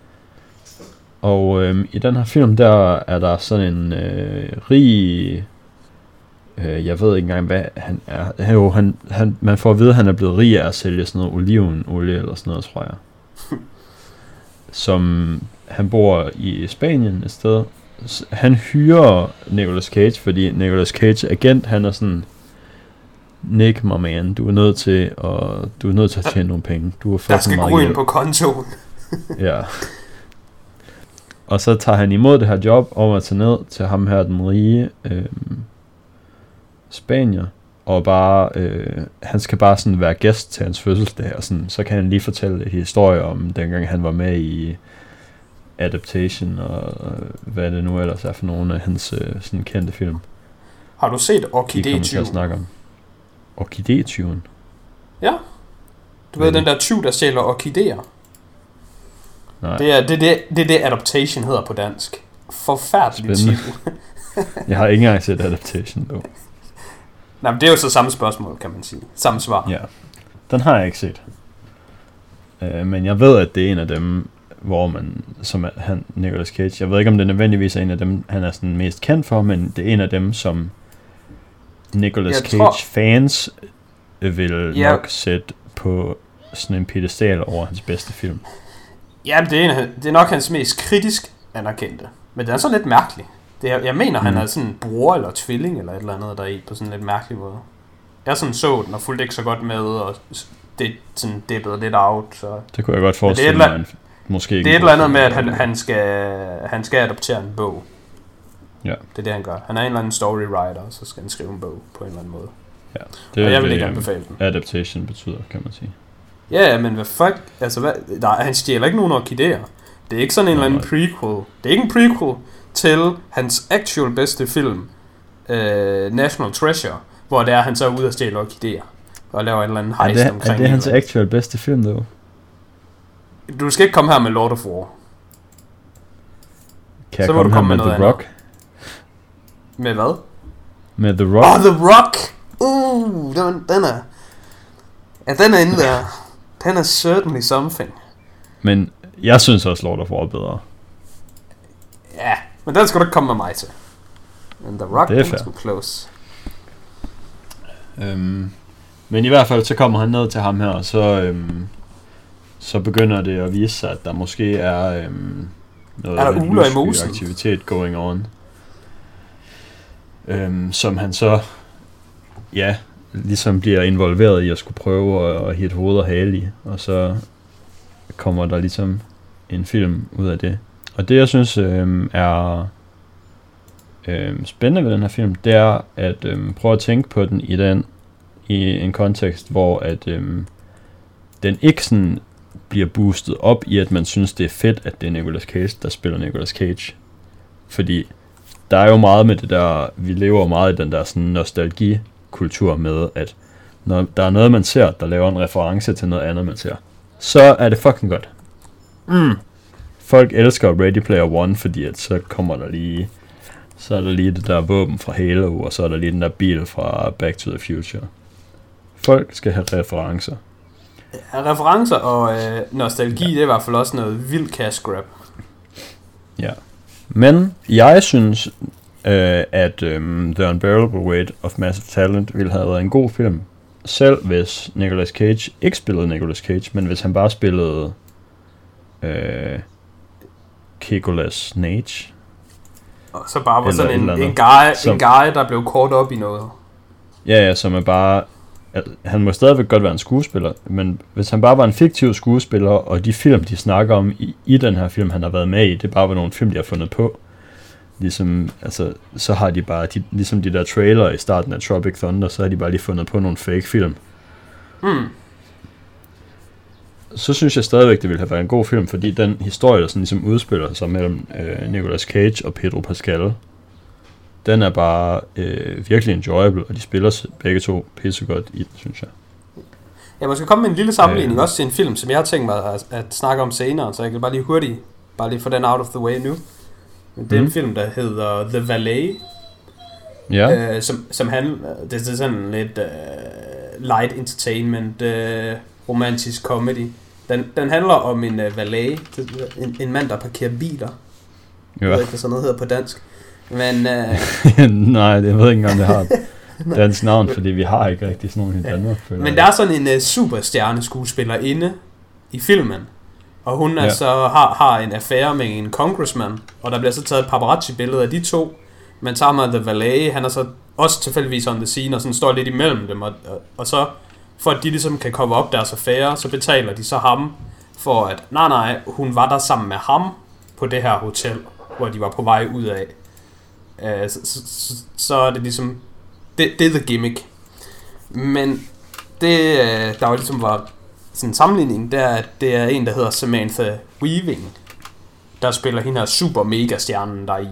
[SPEAKER 1] Og i den her film, der er der sådan en rig... jeg ved ikke engang, hvad han er. Man får at vide, at han er blevet rig af at sælge sådan noget olivenolie eller sådan noget, tror jeg. Som han bor i Spanien et sted. Han hyrer Nicolas Cage, fordi Nicolas Cage agent, han er sådan... Nick, my man, du er nødt til at tjene nogle penge. Du har fået
[SPEAKER 2] der skal gå ind på kontoen.
[SPEAKER 1] Ja. Og så tager han imod det her job om at tage ned til ham her, den rige spanier, og bare han skal bare sådan være gæst til hans fødselsdag, og sådan, så kan han lige fortælle en historie om dengang han var med i Adaptation og hvad det nu ellers er for nogle af hans sådan kendte film.
[SPEAKER 2] Har du set Orkidé-tyven?
[SPEAKER 1] De kommer til at snakke om Orkidé-tyven.
[SPEAKER 2] Ja. Du ved den der tyv, der stjæler orkideer.
[SPEAKER 1] Nej.
[SPEAKER 2] Det er det Adaptation hedder på dansk. Forfærdelig tyv.
[SPEAKER 1] Jeg har ikke engang set Adaptation dog.
[SPEAKER 2] Nej, men det er jo så samme spørgsmål, kan man sige. Samme svar.
[SPEAKER 1] Ja. Den har jeg ikke set. Men jeg ved, at det er en af dem, hvor man, som er han, Nicolas Cage, jeg ved ikke, om det nødvendigvis er en af dem, han er sådan mest kendt for, men det er en af dem, som Nicolas Cage fans vil nok sætte på sådan en pedestal over hans bedste film.
[SPEAKER 2] Ja, det er nok hans mest kritisk anerkendte. Men det er sådan lidt mærkeligt. Jeg mener, han er sådan en bror eller tvilling eller et eller andet der i på sådan en lidt mærkelig måde. Jeg sådan så den og fulgte ikke så godt med, og det sådan dippede lidt out. Så.
[SPEAKER 1] Det kunne jeg godt forestille mig. Måske ikke.
[SPEAKER 2] Det er et eller andet med, at han skal adoptere en bog.
[SPEAKER 1] Ja.
[SPEAKER 2] Det er det, han gør. Han er en eller anden storywriter, og så skal han skrive en bog på en eller anden måde.
[SPEAKER 1] Ja, det
[SPEAKER 2] og jeg vil ikke anbefale den.
[SPEAKER 1] Adaptation betyder, kan man sige.
[SPEAKER 2] Ja, men hvad fuck? Altså, han stjæler ikke nogen orkideer. Det er ikke sådan en eller anden prequel. Det er ikke en prequel til hans actual bedste film, National Treasure, hvor det er, han så er ude og stjæle orkideer og laver en eller anden heist omkring.
[SPEAKER 1] Er det hans actual bedste film, dog?
[SPEAKER 2] Du skal ikke komme her med Lord of War.
[SPEAKER 1] Kan så jeg komme her med The Rock?
[SPEAKER 2] Andet. Med hvad?
[SPEAKER 1] Med The Rock?
[SPEAKER 2] The Rock! Den er... Ja, den er inde der. Den er certainly something.
[SPEAKER 1] Men jeg synes også Lord of War er bedre.
[SPEAKER 2] Ja, men den skal du ikke komme med mig til. Men The Rock,
[SPEAKER 1] det er
[SPEAKER 2] den er close.
[SPEAKER 1] Men i hvert fald, så kommer han ned til ham her, og så begynder det at vise sig, at der måske er noget aktivitet going on. Som han så, ligesom bliver involveret i at skulle prøve at hitte hoved og hale i, og så kommer der ligesom en film ud af det. Og det, jeg synes er spændende ved den her film, det er at prøve at tænke på den i en kontekst, hvor at den ikke sådan bliver boostet op i, at man synes, det er fedt, at det er Nicolas Cage, der spiller Nicolas Cage. Fordi der er jo meget med det der, vi lever meget i den der sådan nostalgikultur med, at når der er noget, man ser, der laver en reference til noget andet, man ser, så er det fucking godt. Folk elsker Ready Player One, fordi at så kommer der lige, så er der lige det der våben fra Halo, og så er der lige den der bil fra Back to the Future. Folk skal have referencer.
[SPEAKER 2] Ja, referencer og nostalgi, det er i hvert fald også noget vildt cash grab.
[SPEAKER 1] Ja. Men jeg synes, at The Unbearable Weight of Massive Talent ville have været en god film, selv hvis Nicolas Cage ikke spillede Nicolas Cage, men hvis han bare spillede Nicolas Cage.
[SPEAKER 2] Og så bare var sådan en guy, der blev kort op i noget.
[SPEAKER 1] Ja, som er bare... Han må stadigvæk godt være en skuespiller, men hvis han bare var en fiktiv skuespiller, og de film, de snakker om i den her film, han har været med i, det bare var nogle film, de har fundet på, ligesom, altså, så har de bare, ligesom de der trailer i starten af Tropic Thunder, så har de bare lige fundet på nogle fake film. Så synes jeg stadigvæk, det ville have været en god film, fordi den historie, der sådan ligesom udspiller sig mellem Nicolas Cage og Pedro Pascal, den er bare virkelig enjoyable, og de spiller begge to pissegodt i den, synes jeg.
[SPEAKER 2] Jeg måske komme med en lille sammenligning også til en film, som jeg har tænkt mig at snakke om senere, så jeg kan bare lige hurtigt, bare lige få den out of the way nu. Men det er en film, der hedder The Valet, som handler, det er sådan lidt light entertainment, romantisk comedy. Den handler om en valet, en mand, der parkerer biler. Jeg ved ikke, hvad sådan noget hedder på dansk. Men,
[SPEAKER 1] nej, jeg ved ikke engang, det har dansk navn, fordi vi har ikke rigtig sådan nogen i Danmark.
[SPEAKER 2] Men der er sådan en superstjerne skuespillerinde i filmen, og hun er så har en affære med en congressman, og der bliver så taget et paparazzi-billede af de to. Man tager med The Valet, han er så også tilfældigvis on the scene, og sådan står lidt imellem dem, og så for at de ligesom kan komme op deres affære, så betaler de så ham for at, nej, hun var der sammen med ham på det her hotel, hvor de var på vej ud af. Så er det ligesom det er the gimmick. Men det der jo ligesom var sådan en sammenligning, det er, at det er en, der hedder Samantha Weaving, der spiller hende her super mega stjernen der i.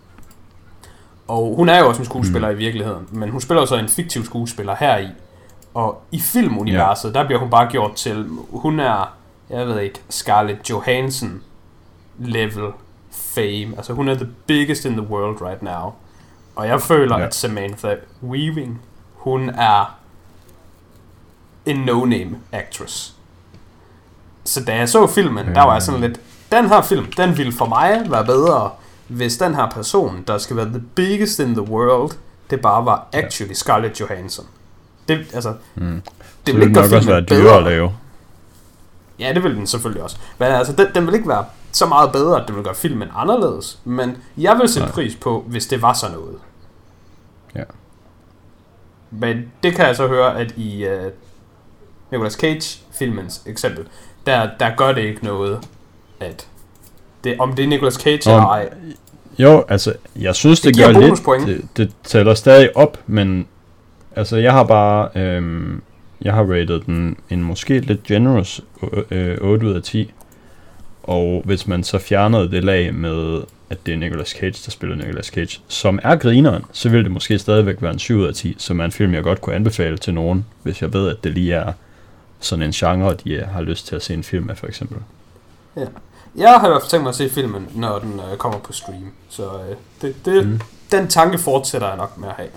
[SPEAKER 2] Og hun er jo også en skuespiller i virkeligheden, men hun spiller så en fiktiv skuespiller her i. Og i filmuniverset, der bliver hun bare gjort til, hun er, jeg ved ikke, Scarlett Johansson level fame. Altså hun er the biggest in the world right now. Og jeg føler, at Samantha Weaving, hun er en no-name actress. Så da jeg så filmen, der var jeg sådan lidt, den her film, den ville for mig være bedre, hvis den her person, der skal være the biggest in the world, det bare var actually Scarlett Johansson. Det, altså,
[SPEAKER 1] det vil nok også være dyrere at lave.
[SPEAKER 2] Ja, det vil den selvfølgelig også. Men altså, den vil ikke være så meget bedre, at det vil gøre filmen anderledes. Men jeg vil sætte pris på, hvis det var sådan noget.
[SPEAKER 1] Ja.
[SPEAKER 2] Men det kan jeg så høre, at i Nicolas Cage-filmens eksempel, der gør det ikke noget, at om det er Nicolas Cage eller ej.
[SPEAKER 1] Jo, altså, jeg synes, det gør lidt. Det tæller stadig op, men altså, jeg har bare... jeg har rated den en måske lidt generous 8 ud af 10. Og hvis man så fjernede det lag med, at det er Nicolas Cage, der spiller Nicolas Cage, som er grineren, så ville det måske stadigvæk være en 7 ud af 10, som er en film, jeg godt kunne anbefale til nogen, hvis jeg ved, at det lige er sådan en genre, de har lyst til at se en film af, for eksempel.
[SPEAKER 2] Ja. Jeg har i hvert fald tænkt mig at se filmen, når den kommer på stream. Så den tanke fortsætter jeg nok med at have.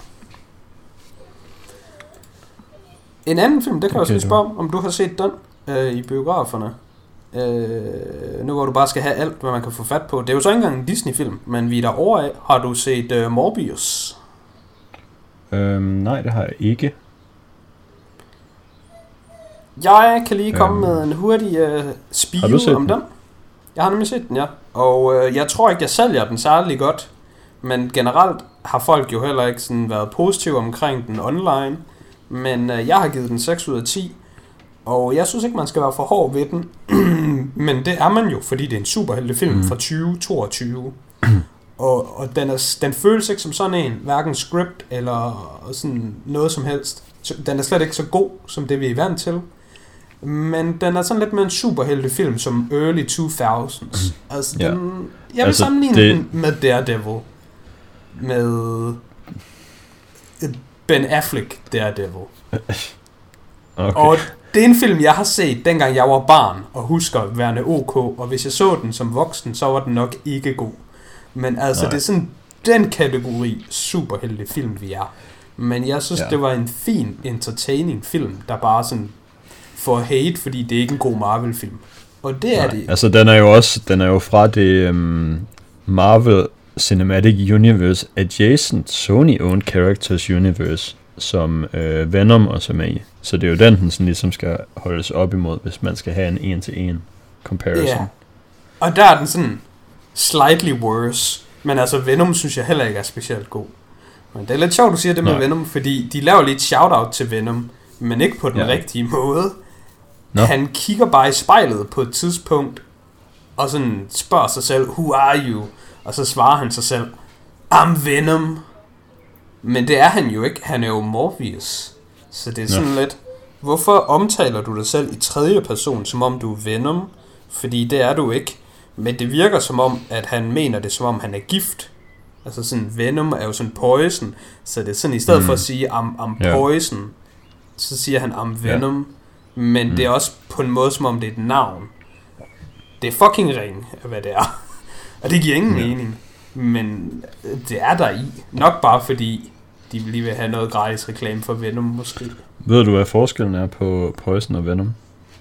[SPEAKER 2] En anden film, det kan jeg også spørge om du har set den i biograferne. Nu hvor du bare skal have alt, hvad man kan få fat på. Det er jo så ikke engang en Disney-film, men vi er derovre af. Har du set Morbius?
[SPEAKER 1] Nej, det har jeg ikke.
[SPEAKER 2] Jeg kan lige komme med en hurtig spiel om den. Jeg har nemlig set den, ja. Og jeg tror ikke, jeg sælger den særlig godt. Men generelt har folk jo heller ikke sådan været positive omkring den online. Men jeg har givet den 6 ud af 10. Og jeg synes ikke, man skal være for hård ved den. Men det er man jo, fordi det er en superheltefilm fra 2022. Og den føles ikke som sådan en, hverken script eller sådan noget som helst. Den er slet ikke så god, som det vi er vant til. Men den er sådan lidt med en superheltefilm som early 2000s. Altså, jeg vil sammenligne den med Daredevil. Med Ben Affleck Daredevil. Okay. Og det er en film, jeg har set, dengang jeg var barn, og husker værende ok, og hvis jeg så den som voksen, så var den nok ikke god. Men altså, det er sådan den kategori superheltefilm, vi er. Men jeg synes, det var en fin, entertaining film, der bare sådan får hate, fordi det er ikke en god Marvel-film. Og det er det.
[SPEAKER 1] Altså, den er jo fra det Marvel Cinematic Universe adjacent Sony-owned characters universe, som Venom også er med i. Så det er jo den sådan ligesom skal holdes op imod, hvis man skal have en en-til-en comparison. Ja.
[SPEAKER 2] Og der er den sådan slightly worse. Men altså Venom synes jeg heller ikke er specielt god. Men det er lidt sjovt, du siger det med Venom, fordi de laver lige et shout-out til Venom, men ikke på den rigtige måde. Han kigger bare i spejlet på et tidspunkt, og sådan spørger sig selv, who are you? Og så svarer han sig selv, I'm Venom. Men det er han jo ikke, han er jo Morbius. Så det er sådan lidt, hvorfor omtaler du dig selv i tredje person, som om du er Venom? Fordi det er du ikke. Men det virker som om, at han mener det som om han er gift. Altså sådan, Venom er jo sådan poison. Så det er sådan, i stedet for at sige, I'm poison, så siger han, I'm Venom. Men det er også på en måde, som om det er et navn. Det er fucking ring, hvad det er. Og det giver ingen mening. Men det er der i. Nok bare fordi, de lige vil have noget gratis reklame for Venom, måske.
[SPEAKER 1] Ved du, hvad forskellen er på Poison og Venom?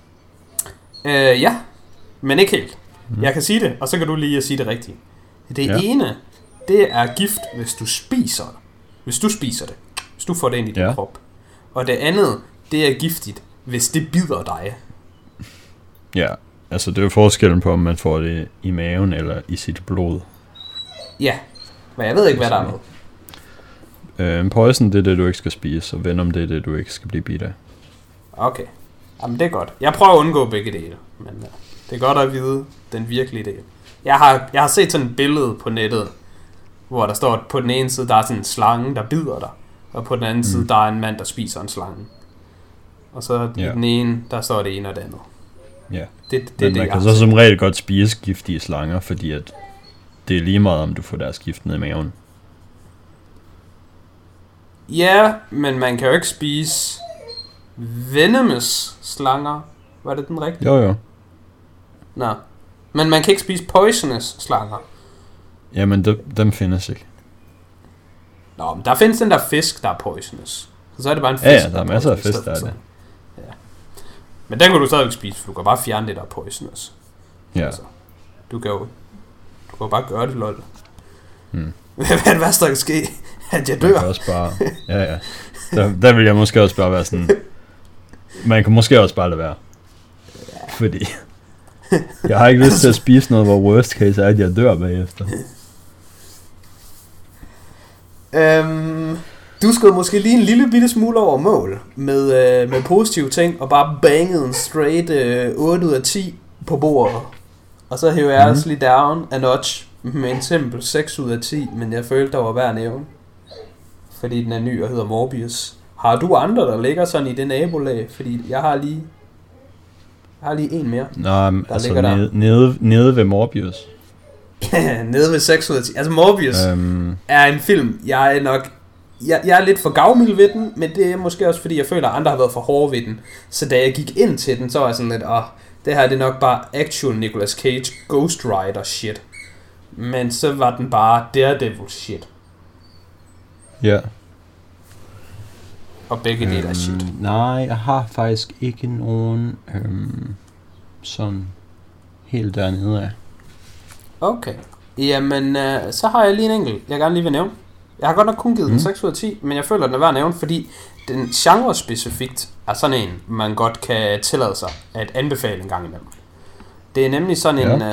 [SPEAKER 2] Ja, men ikke helt. Jeg kan sige det, og så kan du lige sige det rigtigt. Det ene, det er gift, hvis du spiser det. Hvis du spiser det. Hvis du får det ind i din krop. Og det andet, det er giftigt, hvis det bider dig.
[SPEAKER 1] Ja, altså det er jo forskellen på, om man får det i maven eller i sit blod.
[SPEAKER 2] Ja, men jeg ved ikke, hvad der er med.
[SPEAKER 1] Poison, det er det, du ikke skal spise, og Venom, det er det, du ikke skal blive bidt af.
[SPEAKER 2] Okay, jamen det er godt. Jeg prøver at undgå begge dele, men det er godt at vide den virkelige del. Jeg har set sådan et billede på nettet, hvor der står, at på den ene side, der er sådan en slange, der bider dig, og på den anden side, der er en mand, der spiser en slange. Og så i den ene, der står det ene og det andet.
[SPEAKER 1] Ja, men man kan så som regel godt spise giftige slanger, fordi at det er lige meget, om du får deres gift ned i maven.
[SPEAKER 2] Ja, men man kan jo ikke spise venomous slanger. Var det den rigtige?
[SPEAKER 1] Jo.
[SPEAKER 2] Nå. Men man kan ikke spise poisonous slanger.
[SPEAKER 1] Jamen, dem findes ikke.
[SPEAKER 2] Nå, men der findes den der fisk, der er poisonous. Så er det bare en fisk,
[SPEAKER 1] der er masser af fisk, der er det.
[SPEAKER 2] Ja. Men den kan du stadig spise, for du kan bare fjerne det, der er poisonous.
[SPEAKER 1] Ja.
[SPEAKER 2] Altså, du kan jo bare gøre det, lol. Hvad er det værste, der kan ske? At jeg dør?
[SPEAKER 1] Man kan også bare... Ja. Der vil jeg måske også bare være sådan... Man kan måske også bare lade være. Fordi... Jeg har ikke lyst til at spise noget, hvor worst case er, at jeg dør bagefter.
[SPEAKER 2] Du skulle måske lige en lille bitte smule over mål med positive ting, og bare bangede en straight 8 ud af 10 på bordet. Og så hæver jeg lige down a notch med en simpel 6 ud af 10, men jeg følte, der var værd at nævne. Fordi den er ny og hedder Morbius. Har du andre, der ligger sådan i det nabolag? Fordi jeg har lige en mere.
[SPEAKER 1] Nå, altså nede ved Morbius.
[SPEAKER 2] Nede ved 6 ud af 10. Altså Morbius er en film, jeg er lidt for gavmild ved den, men det er måske også fordi, jeg føler, at andre har været for hårde ved den. Så da jeg gik ind til den, så var jeg sådan lidt, det her det er nok bare actual Nicolas Cage Ghost Rider shit. Men så var den bare Daredevil shit.
[SPEAKER 1] Ja. Yeah.
[SPEAKER 2] Og begge dele er shit.
[SPEAKER 1] Nej, jeg har faktisk ikke nogen sådan helt dernede af.
[SPEAKER 2] Okay. Jamen, så har jeg lige en enkelt, jeg gerne lige vil nævne. Jeg har godt nok kun givet den 6 ud af 10, men jeg føler, den er værd at nævne, fordi den genre specifikt er sådan en, man godt kan tillade sig at anbefale en gang imellem. Det er nemlig sådan en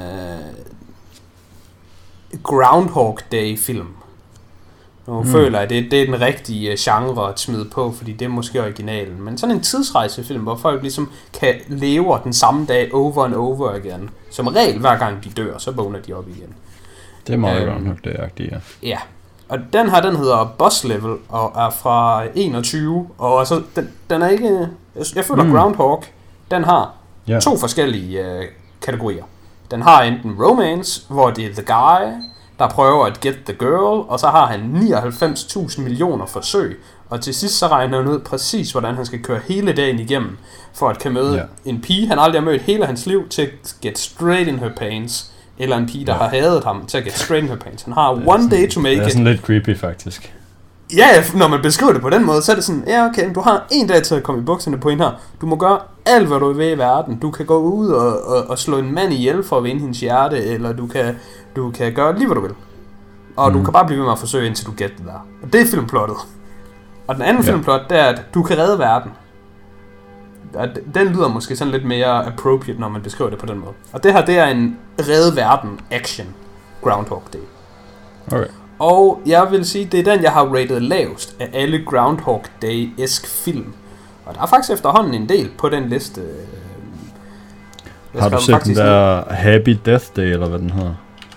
[SPEAKER 2] Groundhog Day film. Nu føler jeg, det er den rigtige genre at smide på, fordi det er måske originalen. Men sådan en tidsrejsefilm, hvor folk ligesom kan leve den samme dag over and over igen. Som regel, hver gang de dør, så vågner de op igen.
[SPEAKER 1] Det er meget Groundhog Day-agtigt, ja.
[SPEAKER 2] Ja, og den hedder Boss Level, og er fra 21, og altså, den er ikke... Jeg føler Groundhog, den har to forskellige kategorier. Den har enten romance, hvor det er the guy, der prøver at get the girl, og så har han 99.000 millioner forsøg, og til sidst så regner han ud præcis, hvordan han skal køre hele dagen igennem, for at kan møde en pige, han aldrig har mødt hele hans liv, til at get straight in her pants, eller en pige, der har hadet ham, til at get straight in her pants. Han har one day to make it.
[SPEAKER 1] Det er sådan lidt creepy, faktisk.
[SPEAKER 2] Ja, når man beskriver det på den måde, så er det sådan, ja okay, du har en dag til at komme i bukserne på hende her. Du må gøre alt, hvad du vil i verden. Du kan gå ud og slå en mand ihjel for at vinde hendes hjerte, eller du kan gøre lige, hvad du vil. Og du kan bare blive ved med at forsøge, indtil du gætter det der. Og det er filmplottet. Og den anden filmplot, det er, at du kan redde verden. Den lyder måske sådan lidt mere appropriate, når man beskriver det på den måde. Og det her, det er en redde verden action Groundhog Day.
[SPEAKER 1] Okay.
[SPEAKER 2] Og jeg vil sige, det er den, jeg har rated lavest af alle Groundhog Day-esk film. Og der er faktisk efterhånden en del på den liste.
[SPEAKER 1] Har du set den der Happy Death Day, eller hvad den hedder?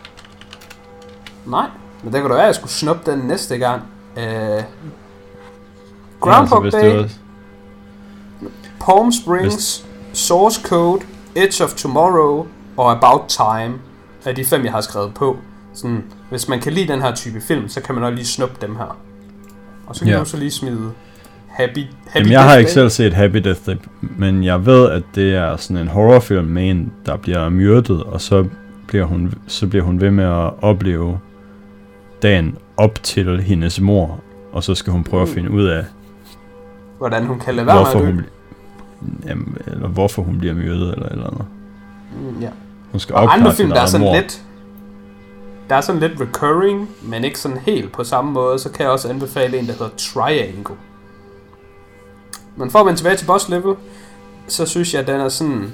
[SPEAKER 2] Nej, men det kan da være, at jeg skulle snuppe den næste gang. Groundhog Day, Palm Springs, Source Code, Edge of Tomorrow og About Time er de 5, jeg har skrevet på. Sådan, hvis man kan lide den her type film, så kan man også lige snuppe dem her. Og så kan du så lige smide Happy
[SPEAKER 1] Jamen, jeg har ikke selv set Happy Death Day, men jeg ved, at det er sådan en horrorfilm med en, der bliver myrdet, og så bliver hun ved med at opleve dagen op til hendes mor, og så skal hun prøve at finde ud af,
[SPEAKER 2] hvordan hun kan lade være med at dø.
[SPEAKER 1] Eller hvorfor hun bliver myrdet, eller andet.
[SPEAKER 2] Ja.
[SPEAKER 1] Hun skal
[SPEAKER 2] og andre film, der er sådan lidt... Der er sådan lidt recurring, men ikke sådan helt på samme måde, så kan jeg også anbefale en, der hedder Triangle. Men for at vende tilbage til Boss Level, så synes jeg, at den er sådan...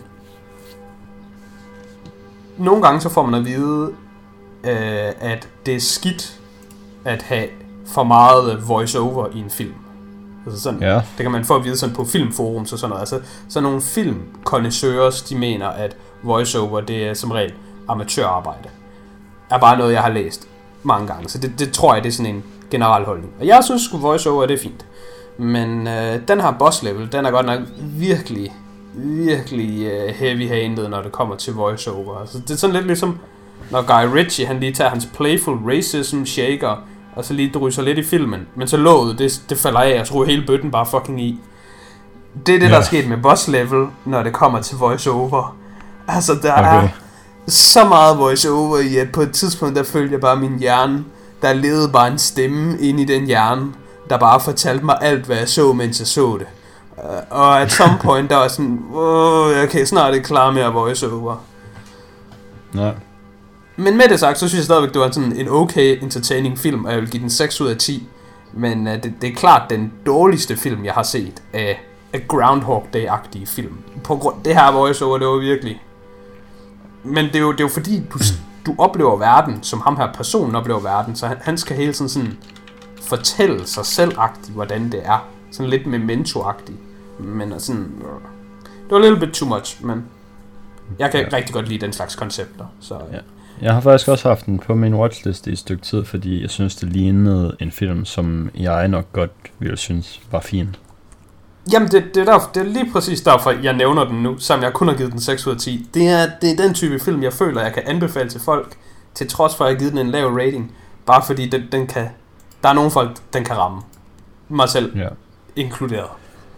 [SPEAKER 2] Nogle gange så får man at vide, at det er skidt at have for meget voice-over i en film. Altså sådan, det kan man få at vide sådan på filmforum, så sådan noget. Altså, så nogle filmkondensører, de mener, at voice-over, det er som regel amatørarbejde. Er bare noget, jeg har læst mange gange. Så det tror jeg, det er sådan en generel holdning. Og jeg synes sgu voice-over, det er fint. Men den her Boss Level, den er godt nok virkelig heavy-handed, når det kommer til voice-over. Altså, det er sådan lidt ligesom, når Guy Ritchie, han lige tager hans playful racism shaker, og så lige drysser lidt i filmen. Men så låget, det falder af, og så ryger hele bøtten bare fucking i. Det er det, der er sket med Boss Level, når det kommer til voice-over. Altså, der er så meget voice-over i, at på et tidspunkt, der følte jeg bare min hjerne. Der levede bare en stemme inde i den hjerne, der bare fortalte mig alt, hvad jeg så, mens jeg så det. Og at some point, der var sådan, jeg kan snart ikke klare mere voice-over.
[SPEAKER 1] Nej.
[SPEAKER 2] Men med det sagt, så synes jeg stadigvæk, det var sådan en okay entertaining film, og jeg vil give den 6 ud af 10. Men det er klart den dårligste film, jeg har set af Groundhog Day-agtige film. På grund det her voiceover, det var virkelig... Men det er jo fordi, du oplever verden, som ham her personen oplever verden, så han skal hele tiden sådan fortælle sig selv-agtigt, hvordan det er. Sådan lidt memento-agtigt. Men sådan... Det var lidt bit too much, men... Jeg kan rigtig godt lide den slags koncepter, så...
[SPEAKER 1] Ja. Jeg har faktisk også haft den på min watchlist i et stykke tid, fordi jeg synes, det lignede en film, som jeg nok godt ville synes var fin.
[SPEAKER 2] Jamen, det er lige præcis derfor, jeg nævner den nu, som jeg kun har givet den 6 ud af 10. Det er den type film, jeg føler, jeg kan anbefale til folk, til trods for, at jeg har givet den en lav rating. Bare fordi den kan... Der er nogle folk, den kan ramme. Mig selv inkluderet.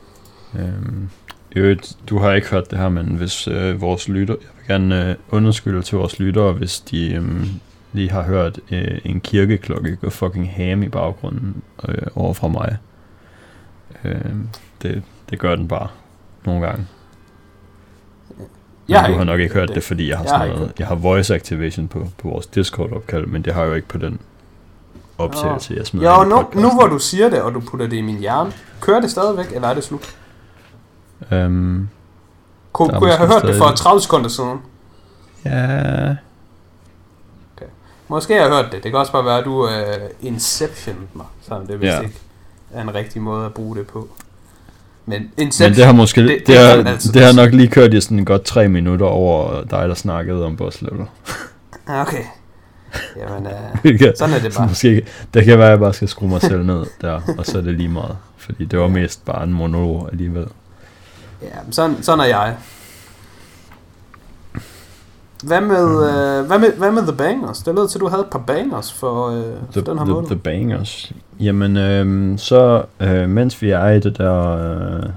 [SPEAKER 1] Du har ikke hørt det her, men hvis vores lytter... Jeg vil gerne undskylde til vores lyttere, hvis de lige har hørt en kirkeklokke gå fucking ham i baggrunden over fra mig. Det gør den bare nogle gange. Du har nok ikke hørt det, fordi jeg har voice activation på vores Discord-opkald, men det har jeg jo ikke på den optagelse, jeg smider.
[SPEAKER 2] Ja, nu hvor du siger det, og du putter det i min hjerne, kører det stadigvæk, eller er det slut? Kunne jeg have hørt det for 30 sekunder siden?
[SPEAKER 1] Ja.
[SPEAKER 2] Okay. Måske har jeg hørt det. Det kan også bare være, at du Inception mig, så det vist ikke er en rigtig måde at bruge det på. Men Inception...
[SPEAKER 1] Men det har måske... Det har nok lige kørt i sådan godt 3 minutter over dig, der snakkede om boss level.
[SPEAKER 2] Okay. Jamen, sådan er det bare.
[SPEAKER 1] Måske, det kan være, at jeg bare skal skrue mig selv ned der, og så er det lige meget. Fordi det var mest bare en monolog alligevel.
[SPEAKER 2] Ja, sådan er jeg. Hvad med The Bangers? Det lød til, at du havde et par bangers for den her måned.
[SPEAKER 1] The Bangers. Jamen, mens vi er i det der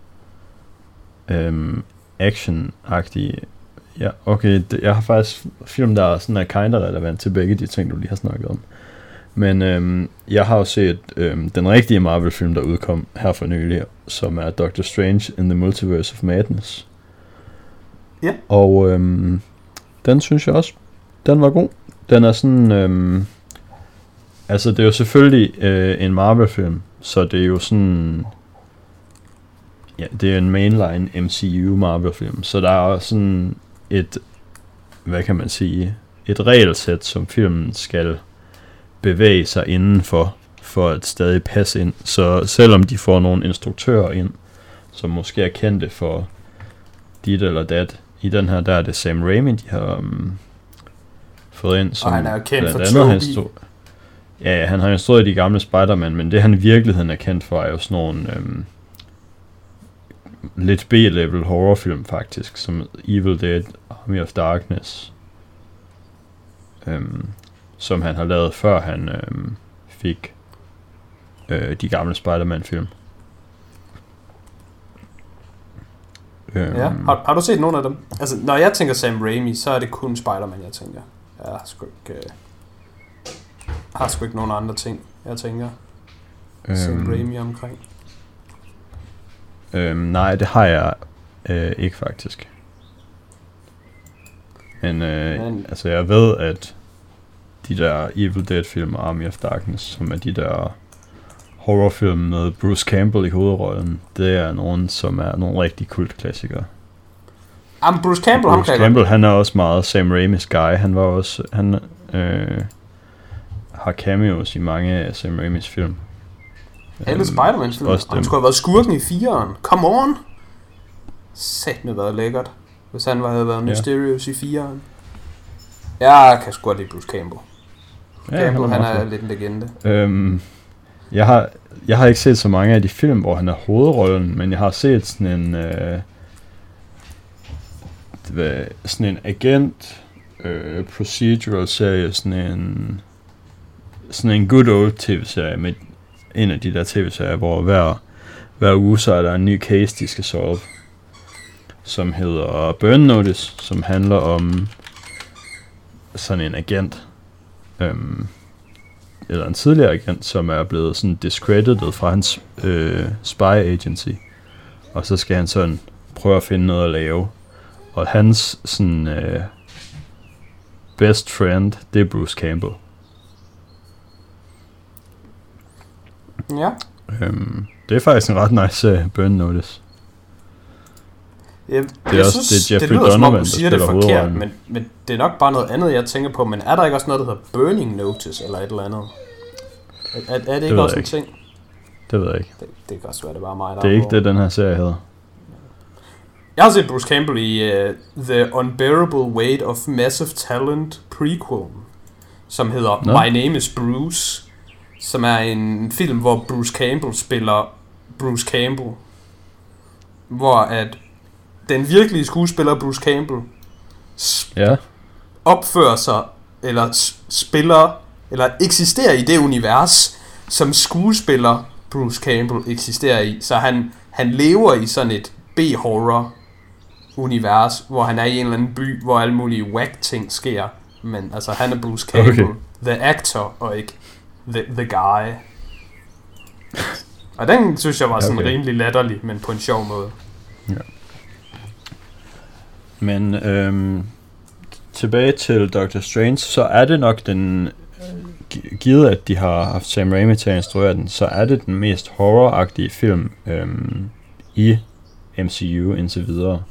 [SPEAKER 1] action-agtige... Ja, okay, jeg har faktisk film, der sådan er kinda relevant til begge de ting, du lige har snakket om. Men jeg har jo set den rigtige Marvel-film, der udkom her for nylig, som er Doctor Strange in the Multiverse of Madness.
[SPEAKER 2] Ja.
[SPEAKER 1] Og den synes jeg også, den var god. Den er sådan... altså, det er jo selvfølgelig en Marvel-film, så det er jo sådan... Ja, det er en mainline MCU Marvel-film, så der er sådan et... Hvad kan man sige? Et regelsæt, som filmen skal bevæge sig indenfor, for at stadig passe ind. Så selvom de får nogle instruktører ind, som måske er kendte for dit eller dat, i den her, der er det Sam Raimi, de har fået ind. Som
[SPEAKER 2] og han er jo kendt for Toby.
[SPEAKER 1] Ja, han har jo stået i de gamle Spider-Man, men det han i virkeligheden er kendt for, er jo sådan nogle lidt B-level horrorfilm faktisk, som Evil Dead, Army of Darkness, som han har lavet før han fik de gamle Spider-Man-film.
[SPEAKER 2] Ja, har du set nogle af dem? Altså, når jeg tænker Sam Raimi, så er det kun Spider-Man, jeg tænker. Jeg har sgu ikke nogen andre ting, jeg tænker. Sam Raimi omkring.
[SPEAKER 1] Nej, det har jeg ikke faktisk. Men altså, jeg ved, at de der Evil Dead-film og Army of Darkness, som er de der horrorfilm med Bruce Campbell i hovedrollen, det er nogen, som er nogle rigtig kultklassikere.
[SPEAKER 2] Bruce
[SPEAKER 1] Campbell, han er også meget Sam Raimis guy. Han var også, han har cameos i mange af Sam Raimis film.
[SPEAKER 2] Alle Spider-Man film. Han skulle have været skurken i 4'eren. Come on! Satme været lækkert, hvis han havde været Mysterious i 4'eren. Jeg kan sgu godt lide Bruce Campbell. Campbell, han er lidt en legende.
[SPEAKER 1] Jeg har ikke set så mange af de film, hvor han er hovedrollen, men jeg har set sådan en agent procedural serie, sådan en good old tv-serie med en af de der tv-serier, hvor hver uge så er der en ny case, de skal solve, som hedder Burn Notice, som handler om sådan en agent, eller en tidligere agent, som er blevet sådan discredited fra hans spy agency, og så skal han sådan prøve at finde noget at lave, og hans sådan best friend, det er Bruce Campbell.
[SPEAKER 2] Ja.
[SPEAKER 1] Det er faktisk en ret nice Burn Notice.
[SPEAKER 2] Jeg
[SPEAKER 1] det er
[SPEAKER 2] synes,
[SPEAKER 1] det er Jeffrey
[SPEAKER 2] det lyder som om
[SPEAKER 1] Donovan,
[SPEAKER 2] du siger det forkert, men det er nok bare noget andet, jeg tænker på. Men er der ikke også noget, der hedder Burning Notice, eller et eller andet? Er det ikke også en ting?
[SPEAKER 1] Det ved jeg ikke.
[SPEAKER 2] Det kan også være, det bare mig, der
[SPEAKER 1] det er ikke det, den her serie hedder.
[SPEAKER 2] Jeg har set Bruce Campbell i The Unbearable Weight of Massive Talent prequel, som hedder My Name is Bruce, som er en film, hvor Bruce Campbell spiller Bruce Campbell, hvor at den virkelige skuespiller Bruce Campbell opfører sig, eller spiller, eller eksisterer i det univers, som skuespiller Bruce Campbell eksisterer i. Så han lever i sådan et B-horror univers, hvor han er i en eller anden by, hvor alle mulige whack ting sker. Men altså, han er Bruce Campbell, the actor, og ikke the guy. Og den synes jeg var sådan rimelig latterlig, men på en sjov måde.
[SPEAKER 1] Ja. Men tilbage til Doctor Strange, så er det nok den, givet at de har haft Sam Raimi til at instruere den, så er det den mest horror-agtige film i MCU indtil videre.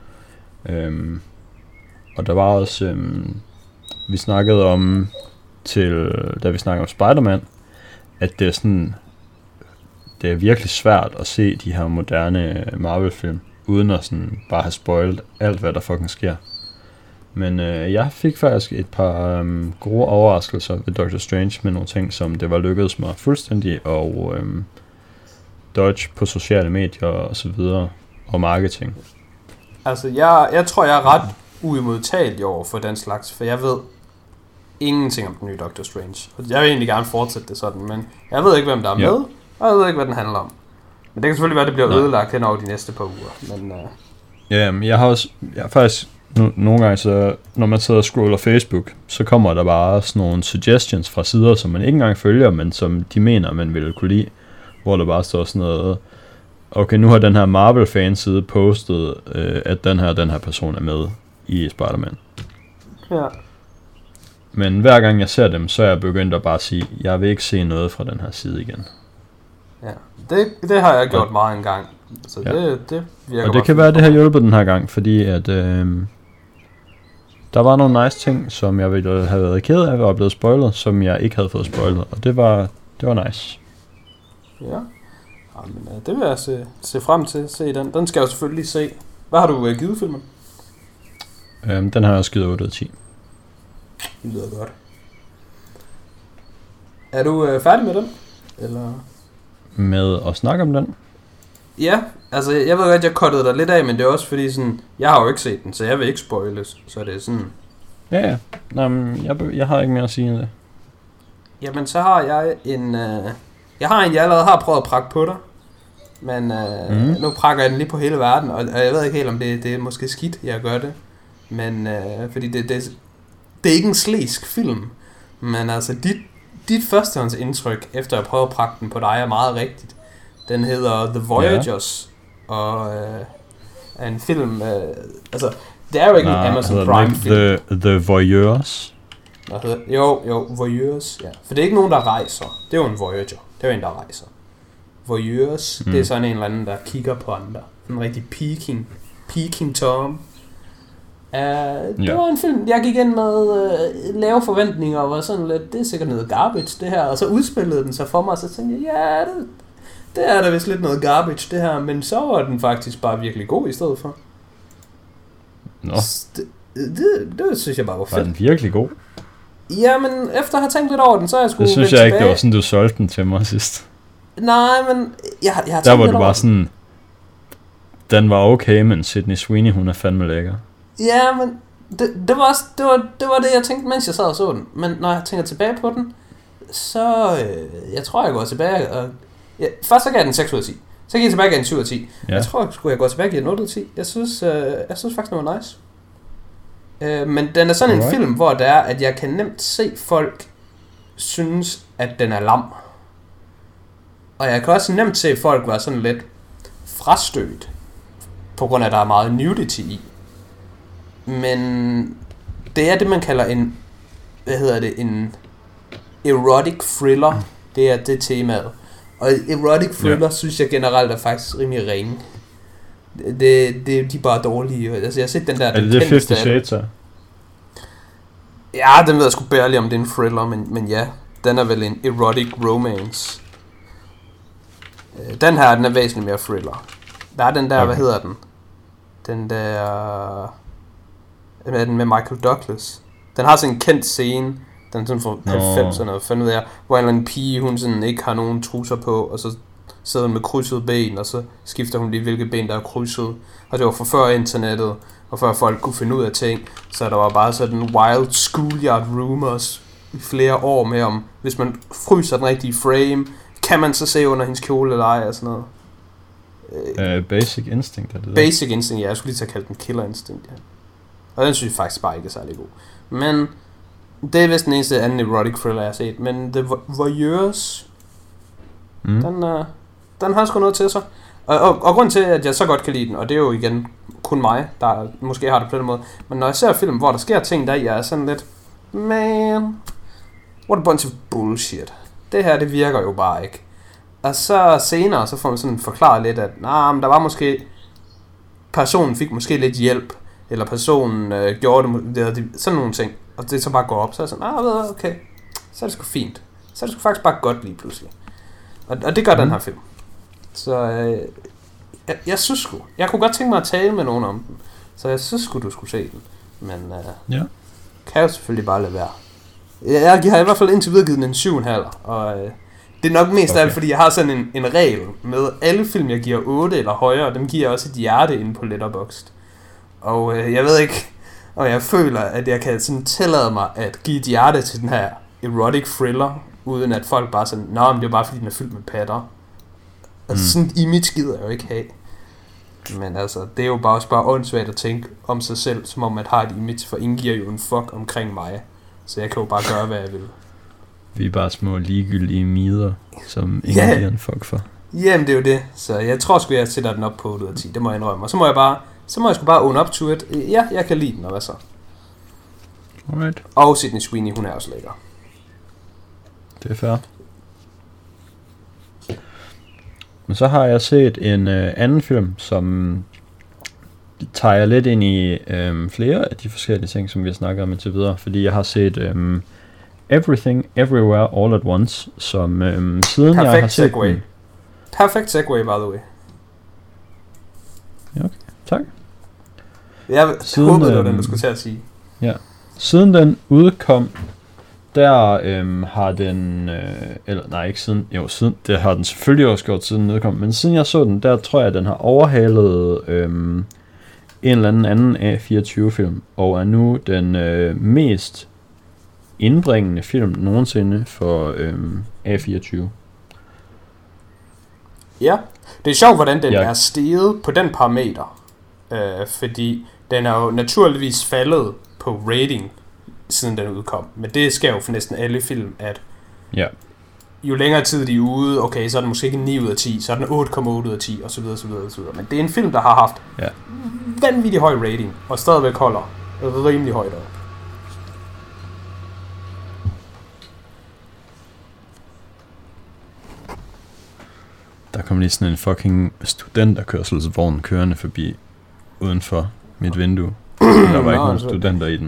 [SPEAKER 1] Og der var også, vi snakkede om, da vi snakkede om Spider-Man, at det er sådan, det er virkelig svært at se de her moderne Marvel-film, uden at sådan bare have spoilet alt, hvad der fucking sker. Men jeg fik faktisk et par gode overraskelser ved Doctor Strange med nogle ting, som det var lykkedes mig fuldstændig og dodge på sociale medier og så videre, og marketing.
[SPEAKER 2] Altså, jeg tror, jeg er ret uimodtagelig over for den slags, for jeg ved ingenting om den nye Doctor Strange. Jeg vil egentlig gerne fortsætte det sådan, men jeg ved ikke, hvem der er med, og jeg ved ikke, hvad den handler om. Men det kan selvfølgelig være, at det bliver ødelagt hen over de næste par uger. Men,
[SPEAKER 1] ja, men jeg har faktisk nogle gange, så, når man sidder og scroller Facebook, så kommer der bare sådan nogle suggestions fra sider, som man ikke engang følger, men som de mener, man ville kunne lide, hvor der bare står sådan noget, okay, nu har den her Marvel-fanside postet, at den her person er med i Spider-Man.
[SPEAKER 2] Ja.
[SPEAKER 1] Men hver gang jeg ser dem, så er jeg begyndt at bare sige, jeg vil ikke se noget fra den her side igen.
[SPEAKER 2] Ja, det har jeg gjort meget engang. Så det virker.
[SPEAKER 1] Og det kan være, at det har hjulpet den her gang, fordi at der var nogle nice ting, som jeg ville have været ked af og blevet spoilet, som jeg ikke havde fået spoilet, og det var nice.
[SPEAKER 2] Ja. Jamen, det vil jeg se frem til at se den. Den skal jeg jo selvfølgelig se. Hvad har du givet filmen?
[SPEAKER 1] Den har jeg givet 8 ud af 10.
[SPEAKER 2] Det lyder godt. Er du færdig med den? Eller?
[SPEAKER 1] Med at snakke om den?
[SPEAKER 2] Ja, altså jeg ved godt, jeg cuttede dig lidt af, men det er også fordi sådan, jeg har jo ikke set den, så jeg vil ikke spoiles, så det er sådan.
[SPEAKER 1] Ja. Nå, men jeg har ikke mere at sige end det.
[SPEAKER 2] Jamen så har jeg jeg allerede har prøvet at prakke på dig, men nu prakker jeg den lige på hele verden, og jeg ved ikke helt, om det er måske skidt, jeg gør det, men fordi det er ikke en slæsk film, men altså dit førstehåndsindtryk, efter at prøve at prakke den på dig, er meget rigtigt. Den hedder The Voyagers, og er en film, altså det er jo ikke en Amazon Prime film.
[SPEAKER 1] The Voyagers?
[SPEAKER 2] Jo, Voyagers, ja. For det er ikke nogen, der rejser. Det er jo en Voyager. Det er jo en, der rejser. Voyagers, det er sådan en eller anden, der kigger på andre. En rigtig peaking Tom. Det var en film, jeg gik ind med lave forventninger, og var sådan lidt, det er sikkert noget garbage, det her. Og så udspillede den sig for mig, og så tænkte jeg, det er da vist lidt noget garbage, det her. Men så var den faktisk bare virkelig god i stedet for.
[SPEAKER 1] Nå.
[SPEAKER 2] Det synes jeg bare var fedt.
[SPEAKER 1] Var den virkelig god?
[SPEAKER 2] Jamen, efter at have tænkt lidt over den, så er jeg sgu
[SPEAKER 1] det synes jeg ikke, det var sådan, du solgte den til mig sidst.
[SPEAKER 2] Nej, men jeg har tænkt
[SPEAKER 1] der var du bare sådan, den var okay, men Sydney Sweeney, hun er fandme lækker.
[SPEAKER 2] Ja, men det var det, jeg tænkte, mens jeg sad og så den. Men når jeg tænker tilbage på den, så jeg tror, jeg går tilbage og... Ja, først så gav jeg den 6 ud af 10. Så gik jeg tilbage og gav den 7 ud af 10. Ja. Jeg tror, jeg går tilbage og giver den 8 ud af 10. Jeg synes faktisk, det var nice. Men den er sådan en film, hvor det er, at jeg kan nemt se folk synes, at den er lam. Og jeg kan også nemt se folk være sådan lidt frastødt, på grund af, at der er meget nudity i. Men det er det, man kalder en erotic thriller. Det er det temaet. Og erotic thriller, synes jeg generelt er faktisk rimelig ringe. De er bare dårlige. Altså, jeg har set den der...
[SPEAKER 1] Er det 50 Shades her?
[SPEAKER 2] Ja, den ved jeg sgu barely, om det er en thriller, men ja. Den er vel en erotic romance. Den her, den er væsentligt mere thriller. Der er den der, okay. Hvad hedder den? Den der... Er den med Michael Douglas? Den har sådan en kendt scene, den er sådan fra 90'erne, fandt ud af, hvor en eller anden pige, hun sådan ikke har nogen trusser på, og så sidder hun med krydsede ben, og så skifter hun lige, hvilket ben der er krydset. Og det var for før internettet, og før folk kunne finde ud af ting, så der var bare sådan wild schoolyard rumors i flere år med om, hvis man fryser den rigtige frame, kan man så se under hendes kjole eller ej, og sådan noget.
[SPEAKER 1] Basic Instinct, er det
[SPEAKER 2] Basic Instinct, ja, jeg skulle lige tage kaldt den Killer Instinct, ja. Og den synes jeg faktisk bare ikke er særlig god. Men det er vist den eneste anden erotic thriller, jeg har set. Men The Voyeurs, den har sgu noget til sig. Og grunden til, at jeg så godt kan lide den, og det er jo igen kun mig, der måske har det på den måde. Men når jeg ser film, hvor der sker ting, der jeg er sådan lidt, man, what a bunch of bullshit. Det her, det virker jo bare ikke. Og så senere, så får man sådan forklaret lidt, at men der var måske, personen fik måske lidt hjælp, eller personen gjorde det, sådan nogle ting, og det så bare går op, så er jeg sådan, okay, så er det sgu fint, så er det sgu faktisk bare godt lige pludselig, og det gør den her film, så jeg synes sgu, jeg kunne godt tænke mig at tale med nogen om den, så jeg synes sgu, du skulle se den, men kan jo selvfølgelig bare lade være. Jeg har i hvert fald indtil videre givet den en 7,5, og det er nok mest af alt, fordi jeg har sådan en regel med alle film, jeg giver 8 eller højere, dem giver jeg også et hjerte inde på Letterboxd. Og jeg ved ikke, og jeg føler, at jeg kan sådan tillade mig at give et hjerte til den her erotic thriller, uden at folk bare sådan, men det er bare fordi den er fyldt med patter. Altså sådan et image gider jeg jo ikke have. Men altså, det er jo bare åndssvagt at tænke om sig selv, som om man har et image, for ingen giver jo en fuck omkring mig. Så jeg kan jo bare gøre, hvad jeg vil. Vi
[SPEAKER 1] er bare små ligegyldige mider, som ingen giver en fuck for.
[SPEAKER 2] Jamen det er jo det, så jeg tror sgu, jeg sætter den op på 8 ud af 10, det må jeg indrømme. Og så må jeg sgu bare own up to it. Ja, jeg kan lide den, og hvad så?
[SPEAKER 1] Alright.
[SPEAKER 2] Og Sydney Sweeney, hun er også lækker.
[SPEAKER 1] Det er fair. Men så har jeg set en anden film, som tager lidt ind i flere af de forskellige ting, som vi har snakket om indtil videre. Fordi jeg har set Everything, Everywhere, All at Once, som siden jeg har set
[SPEAKER 2] segway. Den. Perfect segway, by the way.
[SPEAKER 1] Ja, okay. Tak.
[SPEAKER 2] Jeg håbede, det var den, du skulle til at sige.
[SPEAKER 1] Ja. Siden den udkom, der har den, siden, det har den selvfølgelig også gjort, siden den udkom, men siden jeg så den, der tror jeg, at den har overhalet en eller anden A24-film, og er nu den mest indbringende film nogensinde for A24.
[SPEAKER 2] Ja, det er sjovt, hvordan den er steget på den parameter, fordi den er jo naturligvis faldet på rating, siden den udkom. Men det sker jo for næsten alle film, at jo længere tid de er ude, okay, så er den måske ikke 9 ud af 10, så er den 8,8 ud af 10, og så videre, så videre, så videre. Men det er en film, der har haft vanvittig høj rating, og stadigvæk holder rimelig højt op.
[SPEAKER 1] Der kom lige sådan en fucking studenterkørselsvogn kørende forbi udenfor mit vindue. Der var ikke nogen studenter i den.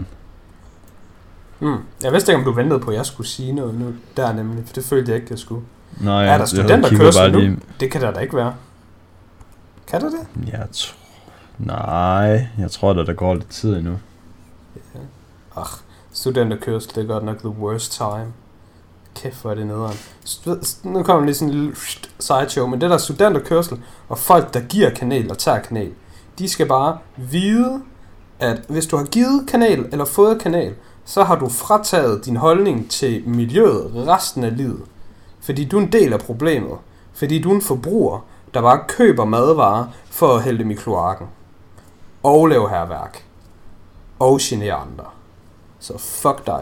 [SPEAKER 2] Jeg vidste ikke, om du ventede på, at jeg skulle sige noget nu. Der nemlig, for det følte jeg ikke, jeg skulle.
[SPEAKER 1] Nej,
[SPEAKER 2] er der studenterkørsel nu? Det kan der da ikke være. Kan der det?
[SPEAKER 1] Nej, jeg tror der går lidt tid endnu.
[SPEAKER 2] Ja. Studenterkørsel, det er godt nok the worst time. Kæft, hvor er det nederen. Nu kommer lige sådan en lille sideshow, men det der studenterkørsel, og folk, der giver kanal og tager kanal, de skal bare vide, at hvis du har givet kanal eller fået kanal, så har du frataget din holdning til miljøet resten af livet. Fordi du er en del af problemet. Fordi du er en forbruger, der bare køber madvarer for at hælde dem i kloakken. Og lave hærværk. Og genere andre. Så fuck dig.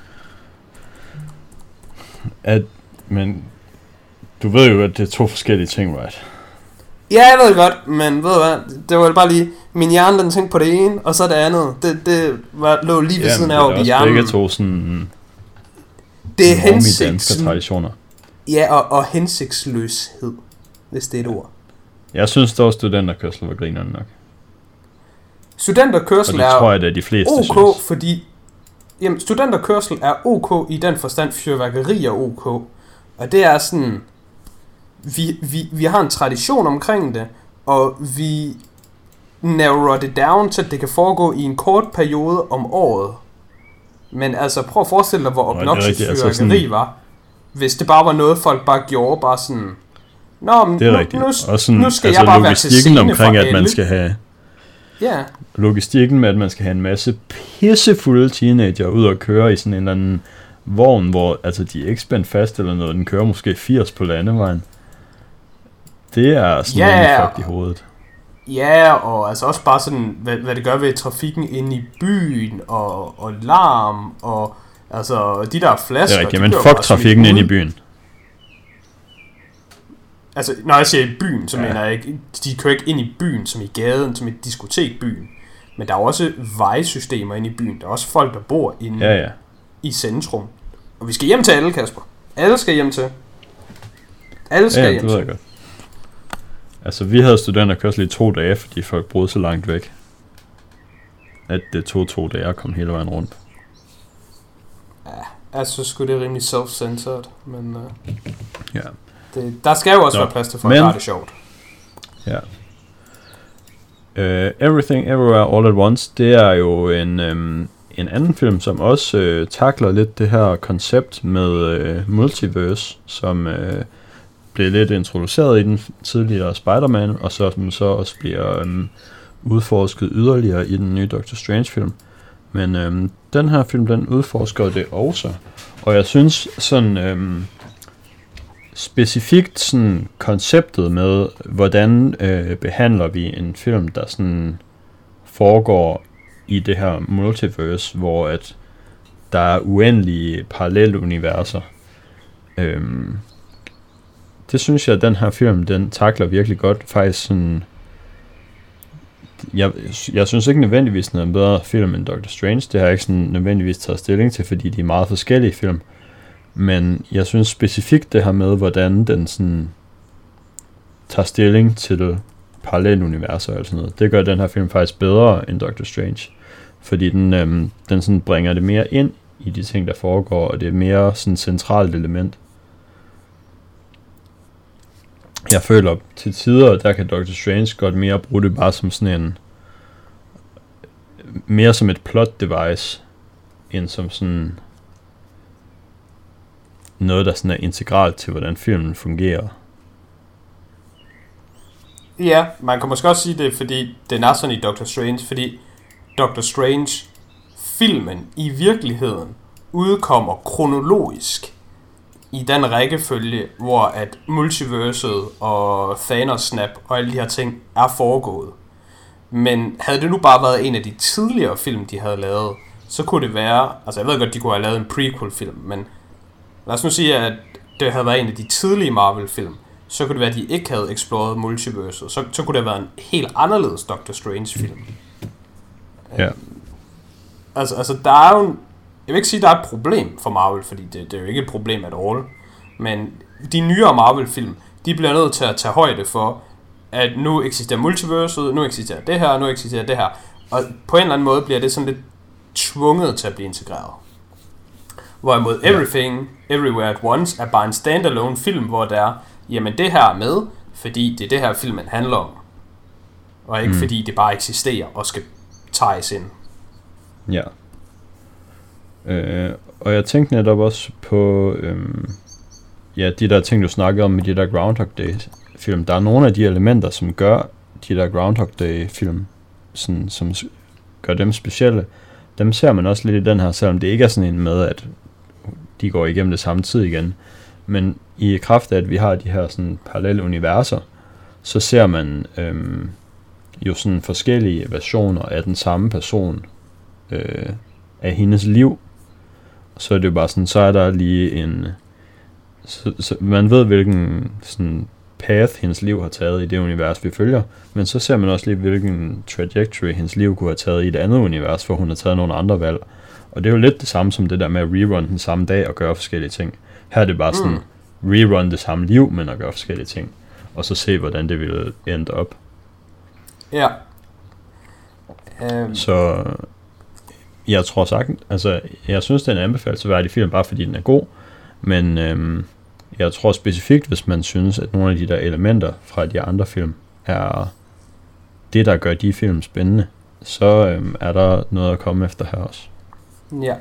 [SPEAKER 1] Men du ved jo, at det er 2 forskellige ting, right?
[SPEAKER 2] Ja, jeg ved godt, men ved du hvad, det var bare lige, min hjerne den tænkte på det ene, og så det andet, det lå lige ved siden af i hjernen.
[SPEAKER 1] Begge 2 sådan
[SPEAKER 2] det er hensigten.
[SPEAKER 1] traditioner.
[SPEAKER 2] Ja, og hensigtsløshed, hvis det er et ord.
[SPEAKER 1] Jeg synes dog, studenterkørsel var grineren nok.
[SPEAKER 2] Studenterkørsel
[SPEAKER 1] er tror jeg, det er de fleste
[SPEAKER 2] OK,
[SPEAKER 1] synes.
[SPEAKER 2] fordi studenterkørsel er OK i den forstand, fyrværkeri er OK. Og det er sådan, vi har en tradition omkring det, og vi narrower det down til, at det kan foregå i en kort periode om året. Men altså, prøv at forestille dig, hvor obnoxious fyrværkeri var. Hvis det bare var noget, folk bare gjorde, bare sådan... Nå, men
[SPEAKER 1] det er rigtigt.
[SPEAKER 2] Nu skal jeg bare være til scene
[SPEAKER 1] omkring, at man skal have...
[SPEAKER 2] Ja.
[SPEAKER 1] Logistikken med, at man skal have en masse pissefulde teenager ud og køre i sådan en eller anden vogn, hvor altså, de er ikke spændt fast eller noget. Den kører måske 80 på landevejen. Det er sådan en fuck i hovedet.
[SPEAKER 2] Ja, og altså også bare sådan, hvad det gør ved trafikken inde i byen, og larm, og altså de der flasker.
[SPEAKER 1] Det er rigtigt, men fuck trafikken inde i byen.
[SPEAKER 2] Altså, når jeg siger i byen, så mener jeg ikke, de kører ikke ind i byen, som i gaden, som i diskotekbyen. Men der er også vejsystemer inde i byen. Der er også folk, der bor inde i centrum. Og vi skal hjem til alle, Kasper. Alle skal hjem til. Alle skal hjem til. Det ved jeg godt.
[SPEAKER 1] Altså, vi havde studenterkørsel i 2 dage, fordi folk boede så langt væk, at det tog 2 dage at komme hele vejen rundt.
[SPEAKER 2] Ja, jeg synes sgu, det er rimelig self-centered, men
[SPEAKER 1] ja.
[SPEAKER 2] Der skal jo også være plads til folk, der er det sjovt.
[SPEAKER 1] Ja. Everything Everywhere All at Once, det er jo en anden film, som også takler lidt det her koncept med multiverse, som blev lidt introduceret i den tidligere Spider-Man, og som så også bliver udforsket yderligere i den nye Doctor Strange-film. Men den her film, den udforsker det også, og jeg synes sådan... specifikt sådan konceptet med, hvordan behandler vi en film, der sådan foregår i det her multiverse, hvor at der er uendelige paralleluniverser. Det synes jeg, at den her film, den takler virkelig godt. Faktisk sådan... Jeg synes ikke nødvendigvis, den er en bedre film end Doctor Strange. Det har jeg ikke sådan nødvendigvis taget stilling til, fordi de er meget forskellige film. Men jeg synes specifikt det her med, hvordan den sådan tager stilling til paralleluniverser og sådan noget. Det gør den her film faktisk bedre end Doctor Strange. Fordi den sådan bringer det mere ind i de ting, der foregår, og det er mere sådan et centralt element. Jeg føler til tider, der kan Doctor Strange godt mere bruge det bare som sådan en... mere som et plot device, end som sådan... noget, der sådan er integralt til, hvordan filmen fungerer.
[SPEAKER 2] Ja, man kan måske også sige det, fordi den er sådan i Doctor Strange, fordi Doctor Strange filmen i virkeligheden udkommer kronologisk i den rækkefølge, hvor at multiverset og Thanos snap og alle de her ting er foregået. Men havde det nu bare været en af de tidligere film, de havde lavet, så kunne det være, altså jeg ved godt, de kunne have lavet en prequel-film, men lad os nu sige, at det havde været en af de tidlige Marvel-film, så kunne det være, at de ikke havde exploret multiverset. Så kunne det have været en helt anderledes Doctor Strange-film.
[SPEAKER 1] Ja.
[SPEAKER 2] Altså, der er jo jeg vil ikke sige, at der er et problem for Marvel, fordi det er jo ikke et problem at all. Men de nyere Marvel-film, de bliver nødt til at tage højde for, at nu eksisterer multiverset, nu eksisterer det her, nu eksisterer det her. Og på en eller anden måde bliver det sådan lidt tvunget til at blive integreret. Hvorimod Everything, Everywhere at Once er bare en standalone film, hvor der er, jamen det her er med, fordi det er det her filmen handler om. Og ikke fordi det bare eksisterer og skal tages ind.
[SPEAKER 1] Ja. Og jeg tænkte netop også på de der ting, du snakkede om med de der Groundhog Day-film. Der er nogle af de elementer, som gør de der Groundhog Day-film, sådan, som gør dem specielle. Dem ser man også lidt i den her, selvom det ikke er sådan en med, at de går igennem det samme tid igen. Men i kraft af, at vi har de her sådan parallelle universer, så ser man jo sådan forskellige versioner af den samme person, af hendes liv. Så er det jo bare sådan, så er der lige en... Så man ved, hvilken sådan path hendes liv har taget i det univers, vi følger. Men så ser man også lige, hvilken trajectory hendes liv kunne have taget i et andet univers, hvor hun har taget nogle andre valg. Og det er jo lidt det samme som det der med at rerun den samme dag og gøre forskellige ting. Her er det bare sådan, rerun det samme liv, men at gøre forskellige ting, og så se, hvordan det ville ende op.
[SPEAKER 2] Ja.
[SPEAKER 1] Så jeg tror sagtens, altså jeg synes det er en anbefalelsesværdig film, bare fordi den er god, men jeg tror specifikt, hvis man synes, at nogle af de der elementer fra de andre film er det, der gør de film spændende, så er der noget at komme efter her også.
[SPEAKER 2] Ja.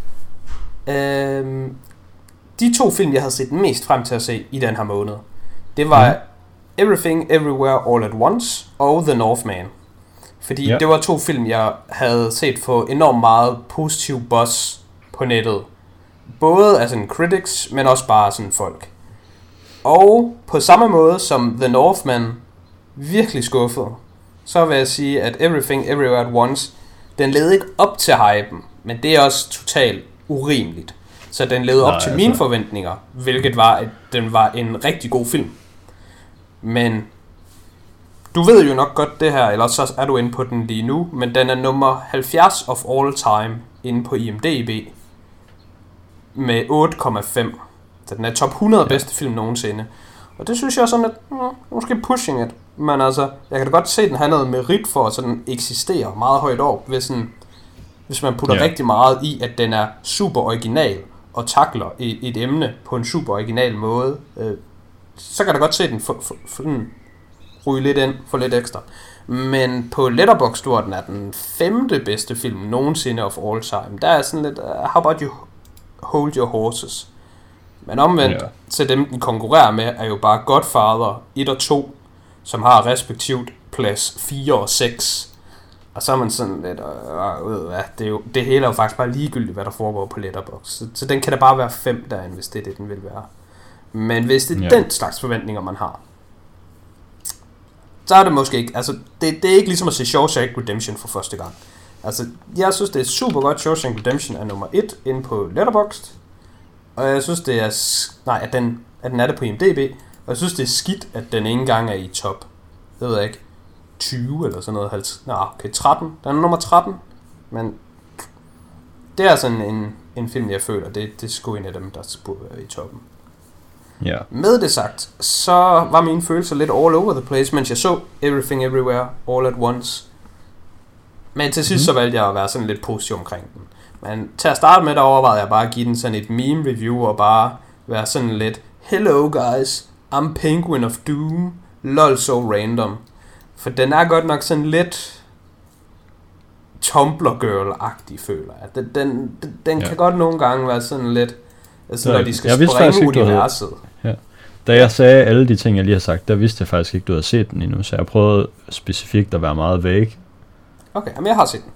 [SPEAKER 2] De 2 film, jeg havde set mest frem til at se i den her måned, det var Everything Everywhere All at Once og The Northman. Fordi det var 2 film, jeg havde set få enormt meget positiv buzz på nettet. Både af sådan critics, men også bare sådan folk. Og på samme måde som The Northman virkelig skuffet, så vil jeg sige, at Everything Everywhere at Once, den levede ikke op til hypen, men det er også totalt urimeligt. Så den levede op til mine forventninger, hvilket var, at den var en rigtig god film. Men du ved jo nok godt det her, eller så er du inde på den lige nu, men den er nummer 70 of all time inde på IMDb med 8,5. Så den er top 100 bedste film nogensinde. Og det synes jeg er sådan, at måske pushing it. Men altså, jeg kan da godt se, at den har noget merit for at sådan eksistere meget højt op, hvis man putter rigtig meget i, at den er super original og takler et emne på en super original måde. Så kan jeg da godt se den ryge lidt ind for lidt ekstra. Men på Letterboxd, hvor den er den 5. bedste film nogensinde of all time, der er sådan lidt, how about you hold your horses? Men omvendt, så dem den konkurrerer med, er jo bare Godfather 1 og 2, som har respektivt plads 4 og 6. Og så er man sådan lidt, det hele er jo faktisk bare ligegyldigt, hvad der foregår på Letterboxd. Så den kan da bare være 5 derinde, hvis det er det, den vil være. Men hvis det er den slags forventninger, man har, så er det måske ikke, altså det er ikke ligesom at se Shawshank Redemption for første gang. Altså, jeg synes det er super godt, Shawshank Redemption er nummer 1 inde på Letterboxd. Og jeg synes det er, at den er det på IMDb. Og jeg synes det er skidt, at den ikke engang er i top, det ved jeg ikke, 20 eller sådan noget, okay, 13, den er nummer 13. Men det er sådan en film, jeg føler, det er sgu en af dem, der burde være i toppen.
[SPEAKER 1] Ja.
[SPEAKER 2] Med det sagt, så var mine følelser lidt all over the place, mens jeg så Everything Everywhere All at Once. Men til sidst så valgte jeg at være sådan lidt positiv omkring den. Men til at starte med, der overvejede jeg bare at give den sådan et meme review og bare være sådan lidt, hello guys, I'm Penguin of Doom, lol so random. For den er godt nok sådan lidt Tumblr Girl-agtig, føler jeg. Den kan godt nogle gange være sådan lidt, altså når de skal springe universet.
[SPEAKER 1] Da jeg sagde alle de ting, jeg lige har sagt, der vidste jeg faktisk ikke, du havde set den endnu, så jeg prøvede specifikt at være meget vague.
[SPEAKER 2] Okay, men jeg har set den.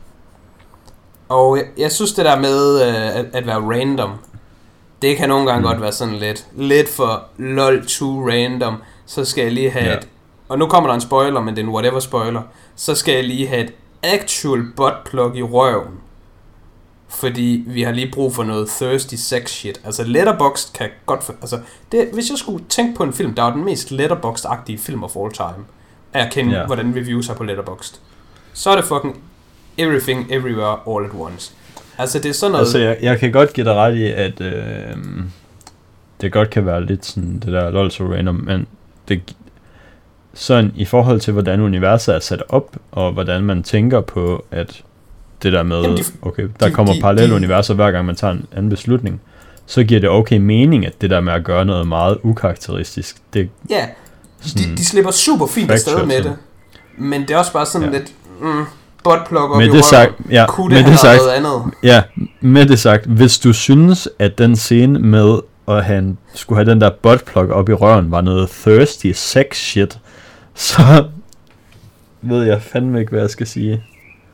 [SPEAKER 2] Og jeg synes det der med at være random, det kan nogle gange godt være sådan lidt for lol too random. Så skal jeg lige have et, og nu kommer der en spoiler, men det er en whatever spoiler, så skal jeg lige have et actual buttplug i røven. Fordi vi har lige brug for noget thirsty sex shit. Altså Letterboxd kan godt altså hvis jeg skulle tænke på en film, der var den mest Letterboxd-agtige film of all time, at jeg kender hvordan reviews er på Letterboxd, så er det fucking Everything Everywhere All at Once. Altså det er sådan noget.
[SPEAKER 1] Altså jeg kan godt give dig ret i, at det godt kan være lidt sådan det der lol so random, men det sådan i forhold til hvordan universet er sat op, og hvordan man tænker på at det der med, okay, der kommer parallelle universer hver gang man tager en anden beslutning, så giver det okay mening, at det der med at gøre noget meget ukarakteristisk, det
[SPEAKER 2] de slipper super fint afsted med det, men det er også bare sådan lidt buttplug op i røven, kunne det have noget andet? Ja,
[SPEAKER 1] med det sagt, hvis du synes, at den scene med at han skulle have den der buttplug op i røven var noget thirsty sex shit, så ved jeg fandme ikke, hvad jeg skal sige.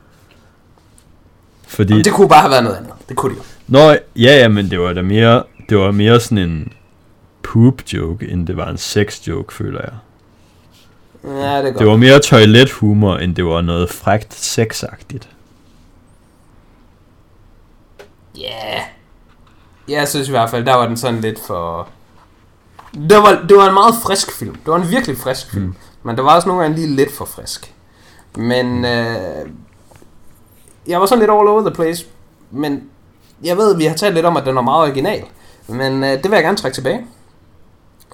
[SPEAKER 1] Fordi
[SPEAKER 2] det kunne bare have været noget andet. Det kunne det jo.
[SPEAKER 1] Nå, ja, men det var mere sådan en poop joke, end det var en sex joke, føler jeg.
[SPEAKER 2] Ja, det er godt.
[SPEAKER 1] Det var mere toilethumor, end det var noget frækt sexagtigt.
[SPEAKER 2] Ja. Yeah. Jeg synes i hvert fald, der var den sådan lidt for... Det var en meget frisk film. Det var en virkelig frisk film. Men det var også nogle gange lige lidt for frisk. Men... jeg var sådan lidt all over the place, men jeg ved, vi har talt lidt om, at den er meget original, men det vil jeg gerne trække tilbage.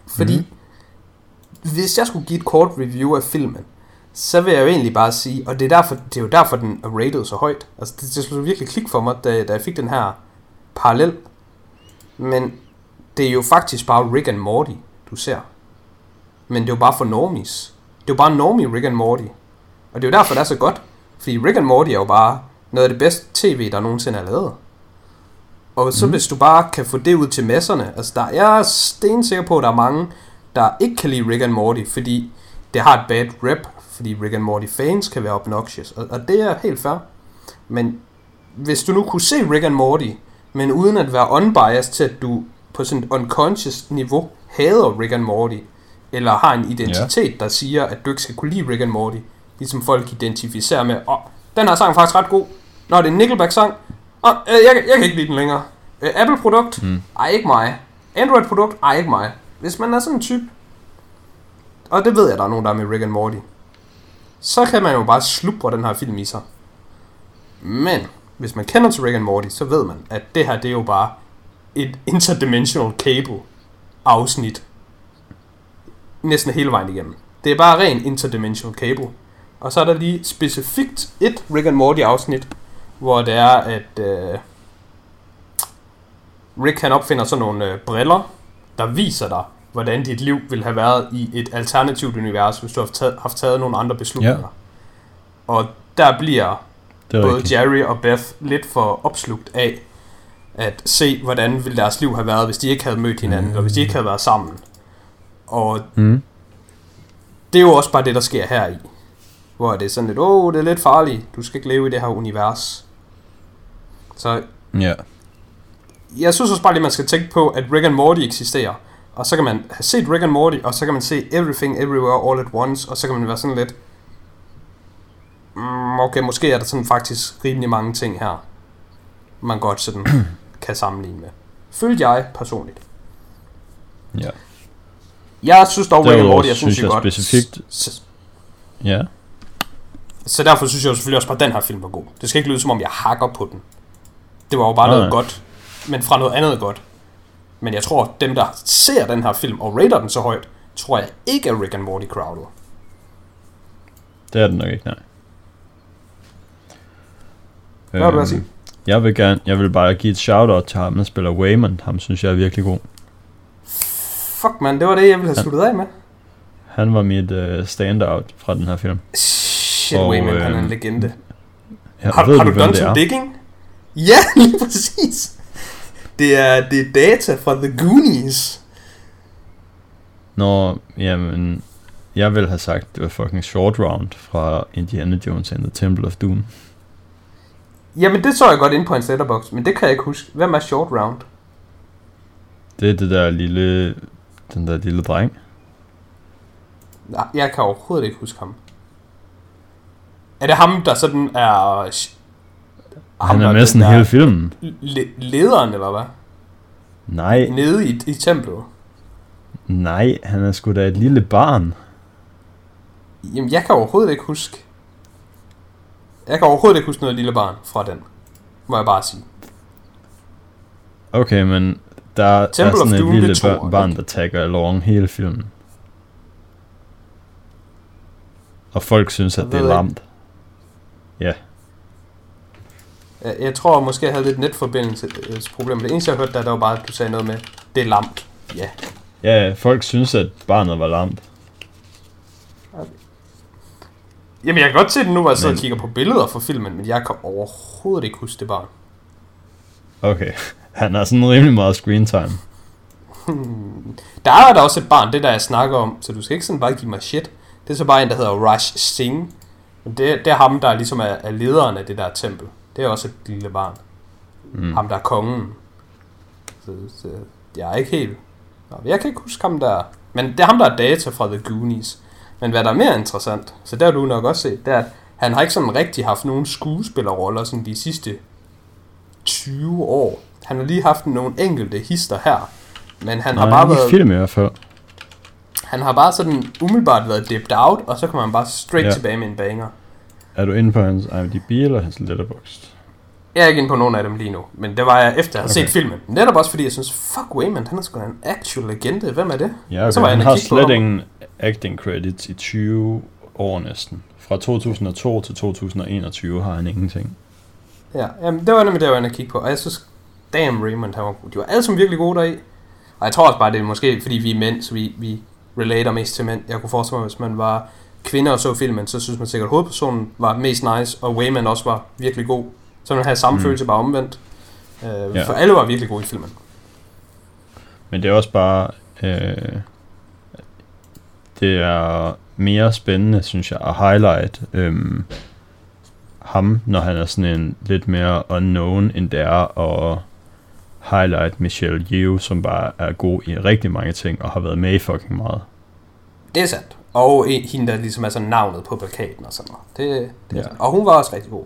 [SPEAKER 2] Fordi hvis jeg skulle give et kort review af filmen, så vil jeg jo egentlig bare sige, og det er jo derfor den er rated så højt. Altså det slog virkelig klik for mig, da jeg fik den her parallel. Men det er jo faktisk bare Rick and Morty, du ser. Men det er jo bare for normies. Det er jo bare normie Rick and Morty. Og det er jo derfor, det er så godt. Fordi Rick and Morty er jo bare noget af det bedste tv, der nogensinde er lavet. Og så hvis du bare kan få det ud til masserne. Altså jeg er stensikker på, at der er mange, der ikke kan lide Rick and Morty, fordi det har et bad rep. Fordi Rick and Morty fans kan være obnoxious. Og det er helt fair. Men hvis du nu kunne se Rick and Morty, men uden at være unbiased til, at du på sådan et unconscious niveau hader Rick and Morty, eller har en identitet, der siger, at du ikke skal kunne lide Rick and Morty, ligesom folk identificerer med, den her sang er faktisk ret god. Nå, det er en Nickelback-sang. Jeg kan ikke lide den længere. Apple-produkt? Ej, ikke mig. Android-produkt? Ej, ikke mig. Hvis man er sådan en type, og det ved jeg, der er nogen, der er med Rick and Morty, så kan man jo bare slubre den her film i sig. Men hvis man kender til Rick and Morty, så ved man, at det her, det er jo bare et interdimensional cable afsnit næsten hele vejen igennem. Det er bare ren interdimensional cable. Og så er der lige specifikt et Rick and Morty afsnit, hvor det er, at Rick han opfinder sådan nogle briller, der viser dig, hvordan dit liv ville have været i et alternativt univers, hvis du har haft taget nogle andre beslutninger. Ja. Og der bliver både Jerry og Beth lidt for opslugt af at se, hvordan ville deres liv have været, hvis de ikke havde mødt hinanden, eller hvis de ikke havde været sammen. Og det er jo også bare det, der sker her i. Hvor det er sådan lidt, det er lidt farligt, du skal ikke leve i det her univers. Så jeg synes også bare lige, man skal tænke på, at Rick and Morty eksisterer. Og så kan man have set Rick and Morty, og så kan man se Everything Everywhere All at Once, og så kan man være sådan lidt, okay, måske er der sådan faktisk rimelig mange ting her, man godt sådan kan sammenligne med. Følte jeg personligt.
[SPEAKER 1] Ja.
[SPEAKER 2] Jeg synes dog, Rick and Morty, jeg synes godt.
[SPEAKER 1] Specifikt. Ja.
[SPEAKER 2] Så derfor synes jeg jo selvfølgelig også bare, at den her film var god. Det skal ikke lyde som om jeg hakker på den. Det var jo bare noget godt, men fra noget andet godt. Men jeg tror, dem der ser den her film og rater den så højt, tror jeg ikke er Rick and Morty crowdet.
[SPEAKER 1] Det er den nok ikke, nej.
[SPEAKER 2] Hvad vil du at sige?
[SPEAKER 1] Jeg vil bare give et shout-out til ham, der spiller Waymond. Ham synes jeg er virkelig god.
[SPEAKER 2] Fuck man, det var det, jeg ville have sluttet af med.
[SPEAKER 1] Han var mit standout fra den her film.
[SPEAKER 2] Shit, Waymond, han er en legende. Har du done some digging? Ja, lige præcis. Det er data fra The Goonies.
[SPEAKER 1] Nå, jamen, jeg ville have sagt, det var fucking Short Round fra Indiana Jones and the Temple of Doom.
[SPEAKER 2] Jamen, det så jeg godt ind på en letterbox, men det kan jeg ikke huske. Hvem er Short Round?
[SPEAKER 1] Det er den der lille dreng.
[SPEAKER 2] Nej, jeg kan overhovedet ikke huske ham. Er det ham, der sådan er...
[SPEAKER 1] Han er med sådan hele filmen.
[SPEAKER 2] Lederen, eller hvad?
[SPEAKER 1] Nej.
[SPEAKER 2] Nede i templet?
[SPEAKER 1] Nej, han er sgu da et lille barn.
[SPEAKER 2] Jamen, jeg kan overhovedet ikke huske. Jeg kan overhovedet ikke huske noget lille barn fra den. Må jeg bare sige.
[SPEAKER 1] Okay, men der er sådan et lille barn, der tagger along hele filmen. Og folk synes, at det er lamt. Ja.
[SPEAKER 2] Jeg tror måske, jeg havde lidt netforbindelsesproblem. Det eneste, jeg hørte, der var bare, at du sagde noget med, det er lamt. Ja.
[SPEAKER 1] Ja, folk synes, at barnet var lamt.
[SPEAKER 2] Okay. Jamen, jeg kan godt se det nu, hvor jeg sidder og kigger på billeder fra filmen, men jeg kan overhovedet ikke huske det barn.
[SPEAKER 1] Okay. Han har sådan rimelig meget screen time.
[SPEAKER 2] Der er der også et barn, det der jeg snakker om, så du skal ikke sådan bare give mig shit. Det er så bare en, der hedder Rush Singh. Det er ham, der ligesom er lederen af det der tempel. Det er også et lille barn. Ham, der er kongen. Så jeg er ikke helt... Jeg kan ikke huske ham der... Men det er ham, der er data fra The Goonies. Men hvad der er mere interessant, så der har du nok også set, det er, at han har ikke sådan rigtig haft nogen skuespillerroller sådan de sidste 20 år. Han har lige haft nogle enkelte hister her. Men han har bare været...
[SPEAKER 1] film i hvert fald.
[SPEAKER 2] Han har bare sådan umiddelbart været dipped out, og så kan man bare straight tilbage med en banger.
[SPEAKER 1] Er du inde på hans IMDb eller hans Letterboxd?
[SPEAKER 2] Jeg er ikke inde på nogen af dem lige nu, men det var jeg efter at have set filmen. Netop også fordi jeg synes, fuck Waymond, han er sgu da en actual legende. Hvem er det?
[SPEAKER 1] Ja, okay. Så var han har slet ingen acting credits i 20 år næsten. Fra 2002 til 2021 har han ingenting.
[SPEAKER 2] Ja, jamen, det var nemlig det, jeg var inde at kigge på. Og jeg synes, damn Raymond, han var god. De var alle sammen virkelig gode deri. Og jeg tror også bare, det er måske, fordi vi er mænd, så vi relater mest til mænd. Jeg kunne forestille mig, hvis man var kvinde og så filmen, så synes man sikkert, at hovedpersonen var mest nice, og Waymond også var virkelig god. Så man havde samme følelse, bare omvendt. For alle var virkelig gode i filmen.
[SPEAKER 1] Men det er også bare... det er mere spændende, synes jeg, at highlight ham, når han er sådan en lidt mere unknown, end det er at highlight Michelle Yeoh, som bare er god i rigtig mange ting, og har været med i fucking meget.
[SPEAKER 2] Det er sandt. Og hende, der ligesom er sådan navnet på plakaten og sådan noget. Det er sandt. Og hun var også rigtig god.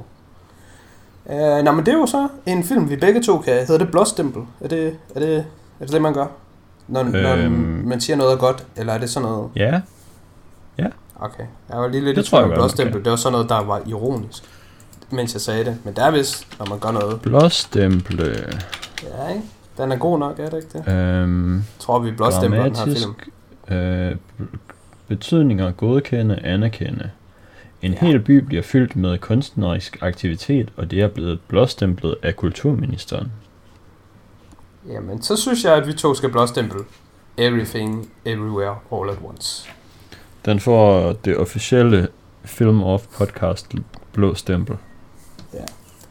[SPEAKER 2] Nå, men det er jo så en film, vi begge to kan... Hedder det Blåstempel? Er det, man gør? Når man siger noget er godt, eller er det sådan noget...
[SPEAKER 1] Ja.
[SPEAKER 2] Okay, jeg var lige lidt i tvivl om Blåstempel. Det var sådan noget, der var ironisk, mens jeg sagde det. Men det er vist, når man gør noget.
[SPEAKER 1] Blåstempel...
[SPEAKER 2] Ja, ikke? Den er god nok, er det ikke det? Tror vi blåstempler den her film.
[SPEAKER 1] Betydninger godkende, anerkende. En hel by bliver fyldt med kunstnerisk aktivitet, og det er blevet blåstemplet af kulturministeren.
[SPEAKER 2] Jamen, så synes jeg, at vi to skal blåstemple Everything, Everywhere, All at Once.
[SPEAKER 1] Den får det officielle Film Off podcast blå stempel.
[SPEAKER 2] Ja.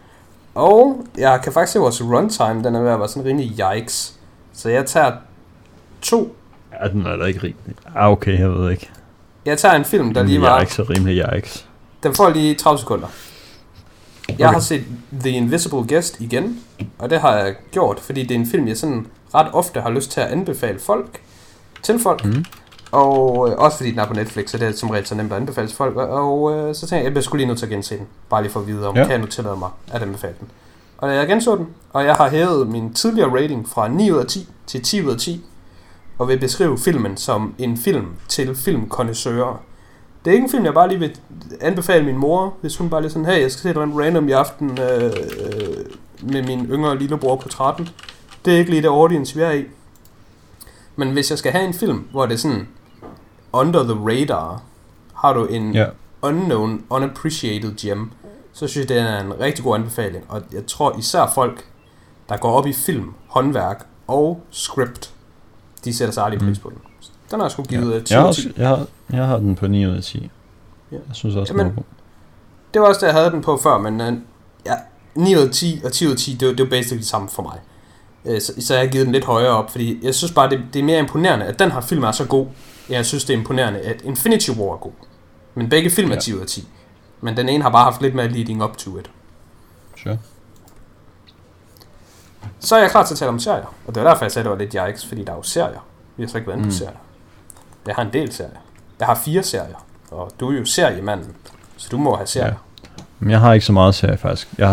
[SPEAKER 2] Og jeg kan faktisk se vores runtime, den er ved at være sådan rimelig yikes. Så jeg tager 2.
[SPEAKER 1] Ja, den er da ikke rimelig. Okay, jeg ved ikke.
[SPEAKER 2] Jeg tager en film, der lige var...
[SPEAKER 1] Jeg er ikke så rimelig yikes.
[SPEAKER 2] Den får lige 30 sekunder. Jeg har set The Invisible Guest igen, og det har jeg gjort, fordi det er en film, jeg sådan ret ofte har lyst til at anbefale til folk. Og også fordi den er på Netflix, så det er som regel så nemt at anbefale til folk. Og så tænkte jeg skulle lige nødt til at gense den, bare lige for at vide, om kan jeg nu tillade mig at anbefale den. Og jeg genså den, og jeg har hævet min tidligere rating fra 9 ud af 10 til 10 ud af 10, og vil beskrive filmen som en film til filmkondensører. Det er ikke en film, jeg bare lige vil anbefale min mor, hvis hun bare lige sådan, hey, jeg skal se noget random i aften med min yngre lillebror på 13. Det er ikke lige det audience, vi er i. Men hvis jeg skal have en film, hvor det er sådan under the radar, har du en unknown, unappreciated gem, så synes jeg, det er en rigtig god anbefaling. Og jeg tror især folk, der går op i film, håndværk og script, de sætter sig aldrig pris på den. Den har jeg sgu givet 10 ud af 10.
[SPEAKER 1] Jeg har den på 9 ud af 10. Ja. Jeg synes også, den er god. Det
[SPEAKER 2] var også det, jeg havde den på før, men 9 ud af 10 og 10 ud af 10, det var basically det samme for mig. Så jeg har givet den lidt højere op, fordi jeg synes bare, det er mere imponerende, at den her film er så god. Jeg synes, det er imponerende, at Infinity War er god. Men begge film er 10 ud af 10. Men den ene har bare haft lidt mere leading up to it.
[SPEAKER 1] Sure.
[SPEAKER 2] Så er jeg klar til at tale om serier. Og det var derfor, jeg sagde, det var lidt yikes, fordi der er jo serier. Vi har så ikke været inde på serier. Jeg har en del serier. Jeg har 4 serier. Og du er jo seriemanden, så du må have serier.
[SPEAKER 1] Ja. Men jeg har ikke så meget serie, faktisk. Jeg har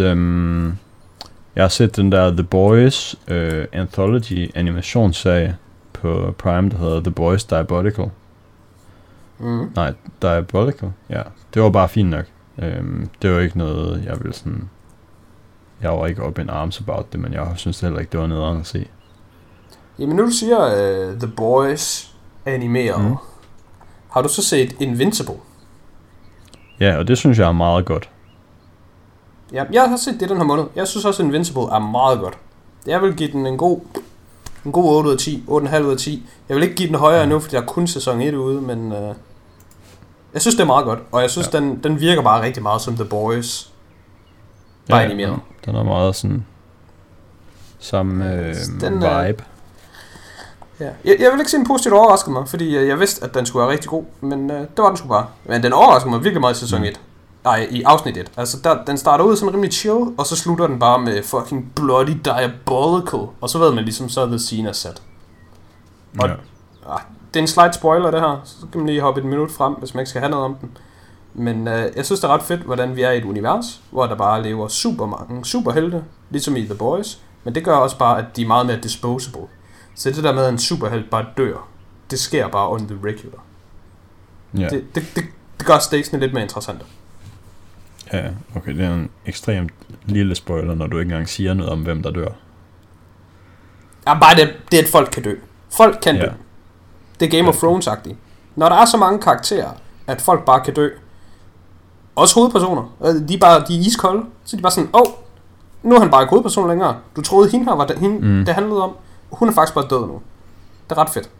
[SPEAKER 1] set den der The Boys anthology animationsserie på Prime, der hedder The Boys Diabolical. Nej, Diabolical. Ja, det var bare fint nok. Det var ikke noget, jeg ville sådan... Jeg var ikke up in arms about det, men jeg synes heller ikke, det var nederen at se.
[SPEAKER 2] Jamen nu du siger The Boys animeret, har du så set Invincible?
[SPEAKER 1] Ja, og det synes jeg er meget godt.
[SPEAKER 2] Ja, jeg har set det den her måned. Jeg synes også, Invincible er meget godt. Jeg vil give den en god 8 ud af 10, 8,5 ud af 10. Jeg vil ikke give den højere endnu, fordi der er kun sæson 1 ude, men jeg synes, det er meget godt. Og jeg synes, den virker bare rigtig meget som The Boys. Bare animeret.
[SPEAKER 1] Den er meget sådan samme vibe.
[SPEAKER 2] Ja. Jeg vil ikke sige, en positivt overraskede mig, fordi jeg vidste, at den skulle være rigtig god, men det var den sgu bare. Men den overraskede mig virkelig meget i sæson 1. Nej, i afsnit 1. Altså, den starter ud sådan rimelig chill, og så slutter den bare med fucking bloody diabolical. Og så ved man ligesom, så the scene er sat. Og det er en slight spoiler, det her. Så kan man lige hoppe et minut frem, hvis man ikke skal have noget om den. Men jeg synes, det er ret fedt, hvordan vi er i et univers, hvor der bare lever super mange superhelte, ligesom i The Boys. Men det gør også bare, at de er meget mere disposable. Så det der med, at en superhelt bare dør, det sker bare on the regular. Det gør stakesene lidt mere interessante.
[SPEAKER 1] Ja, okay, det er en ekstremt lille spoiler, når du ikke engang siger noget om, hvem der dør.
[SPEAKER 2] Ja, bare det at folk kan dø. Folk kan dø. Det er Game of Thrones-agtigt. Når der er så mange karakterer, at folk bare kan dø, også hovedpersoner, de er iskolde, så de er bare sådan, nu er han bare ikke hovedperson længere. Du troede, hende her var hende, det handlede om. Hun er faktisk bare død nu. Det er ret fedt.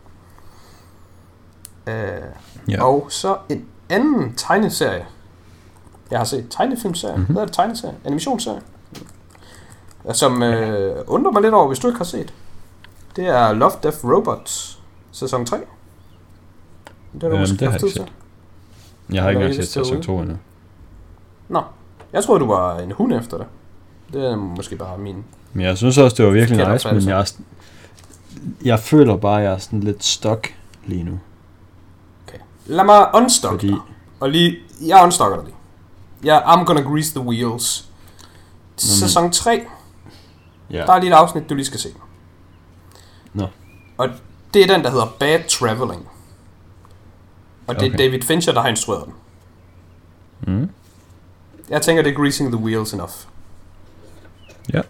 [SPEAKER 2] Og så en anden tegneserie. Jeg har set tegnefilmserie. Hvad er det tegneserie? Animationsserie. Som undrer mig lidt over, hvis du ikke har set. Det er Love, Death, Robots. Sæson 3. Det har du måske haft tid til.
[SPEAKER 1] Jeg har ikke engang set sæson 2 endnu.
[SPEAKER 2] Nå. Jeg troede, du var en hund efter det. Det er måske bare min...
[SPEAKER 1] Men jeg synes også, det var virkelig nice, men jeg føler bare, at jeg er sådan lidt stuck lige nu.
[SPEAKER 2] Okay. Lad mig unstock dig. Og lige... Jeg unstocker dig lige. I'm gonna grease the wheels. Sæson 3. Der er lige et afsnit, du lige skal se.
[SPEAKER 1] Nå.
[SPEAKER 2] Og det er den, der hedder Bad Traveling. Og det er David Fincher, der har instrueret den. Jeg tænker, det er greasing the wheels enough.
[SPEAKER 1] Ja.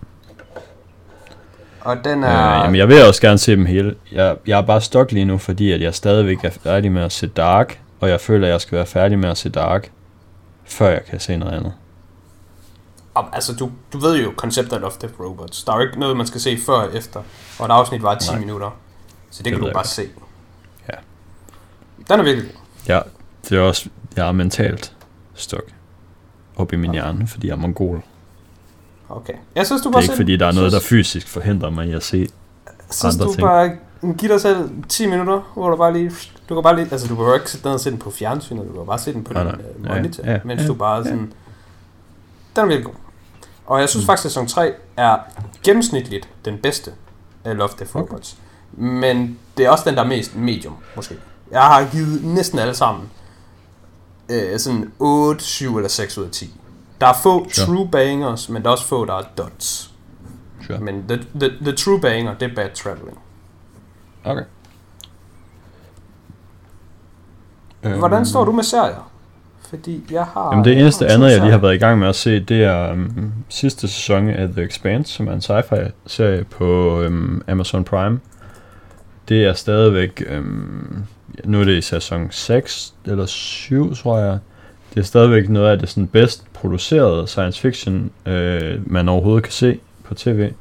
[SPEAKER 2] Og den er...
[SPEAKER 1] jamen, jeg vil også gerne se dem hele. Jeg er bare stok lige nu, fordi at jeg stadigvæk er færdig med at se Dark, og jeg føler, at jeg skal være færdig med at se Dark, før jeg kan se noget andet.
[SPEAKER 2] Altså, du ved jo konceptet of Death Robots. Der er jo ikke noget, man skal se før og efter. Og et afsnit var 10 minutter. Så det kan du bare se.
[SPEAKER 1] Ja.
[SPEAKER 2] Den er virkelig.
[SPEAKER 1] Ja, det er også... Jeg er mentalt stok op i min hjerne, fordi jeg er mongol.
[SPEAKER 2] Okay. Jeg synes, du
[SPEAKER 1] det er ikke, fordi der er noget, der fysisk forhindrer mig i at se
[SPEAKER 2] synes, andre ting. Du bare giver dig selv 10 minutter, hvor du bare lige... Du kan bare lige... Altså, du behøver ikke sætte ned og se den på fjernsynet. Du kan bare se den på din monitor, mens du bare sådan... Den er virkelig god. Og jeg synes faktisk, at sæson 3 er gennemsnitligt den bedste af Love, Death, Robots. Men det er også den, der er mest medium, måske. Jeg har givet næsten alle sammen sådan 8, 7 eller 6 ud af 10. Der er få true bangers, men der er også få, der er dots. Men the true banger, det er Bad Traveling.
[SPEAKER 1] Okay.
[SPEAKER 2] Hvordan står du med serier? Fordi jeg har...
[SPEAKER 1] Jamen det eneste andet, jeg lige har været i gang med at se, det er sidste sæson af The Expanse, som er en sci-fi-serie på Amazon Prime. Det er stadigvæk... nu er det i sæson 6 eller 7, tror jeg. Det er stadigvæk noget af det sådan bedst producerede science fiction, man overhovedet kan se på tv.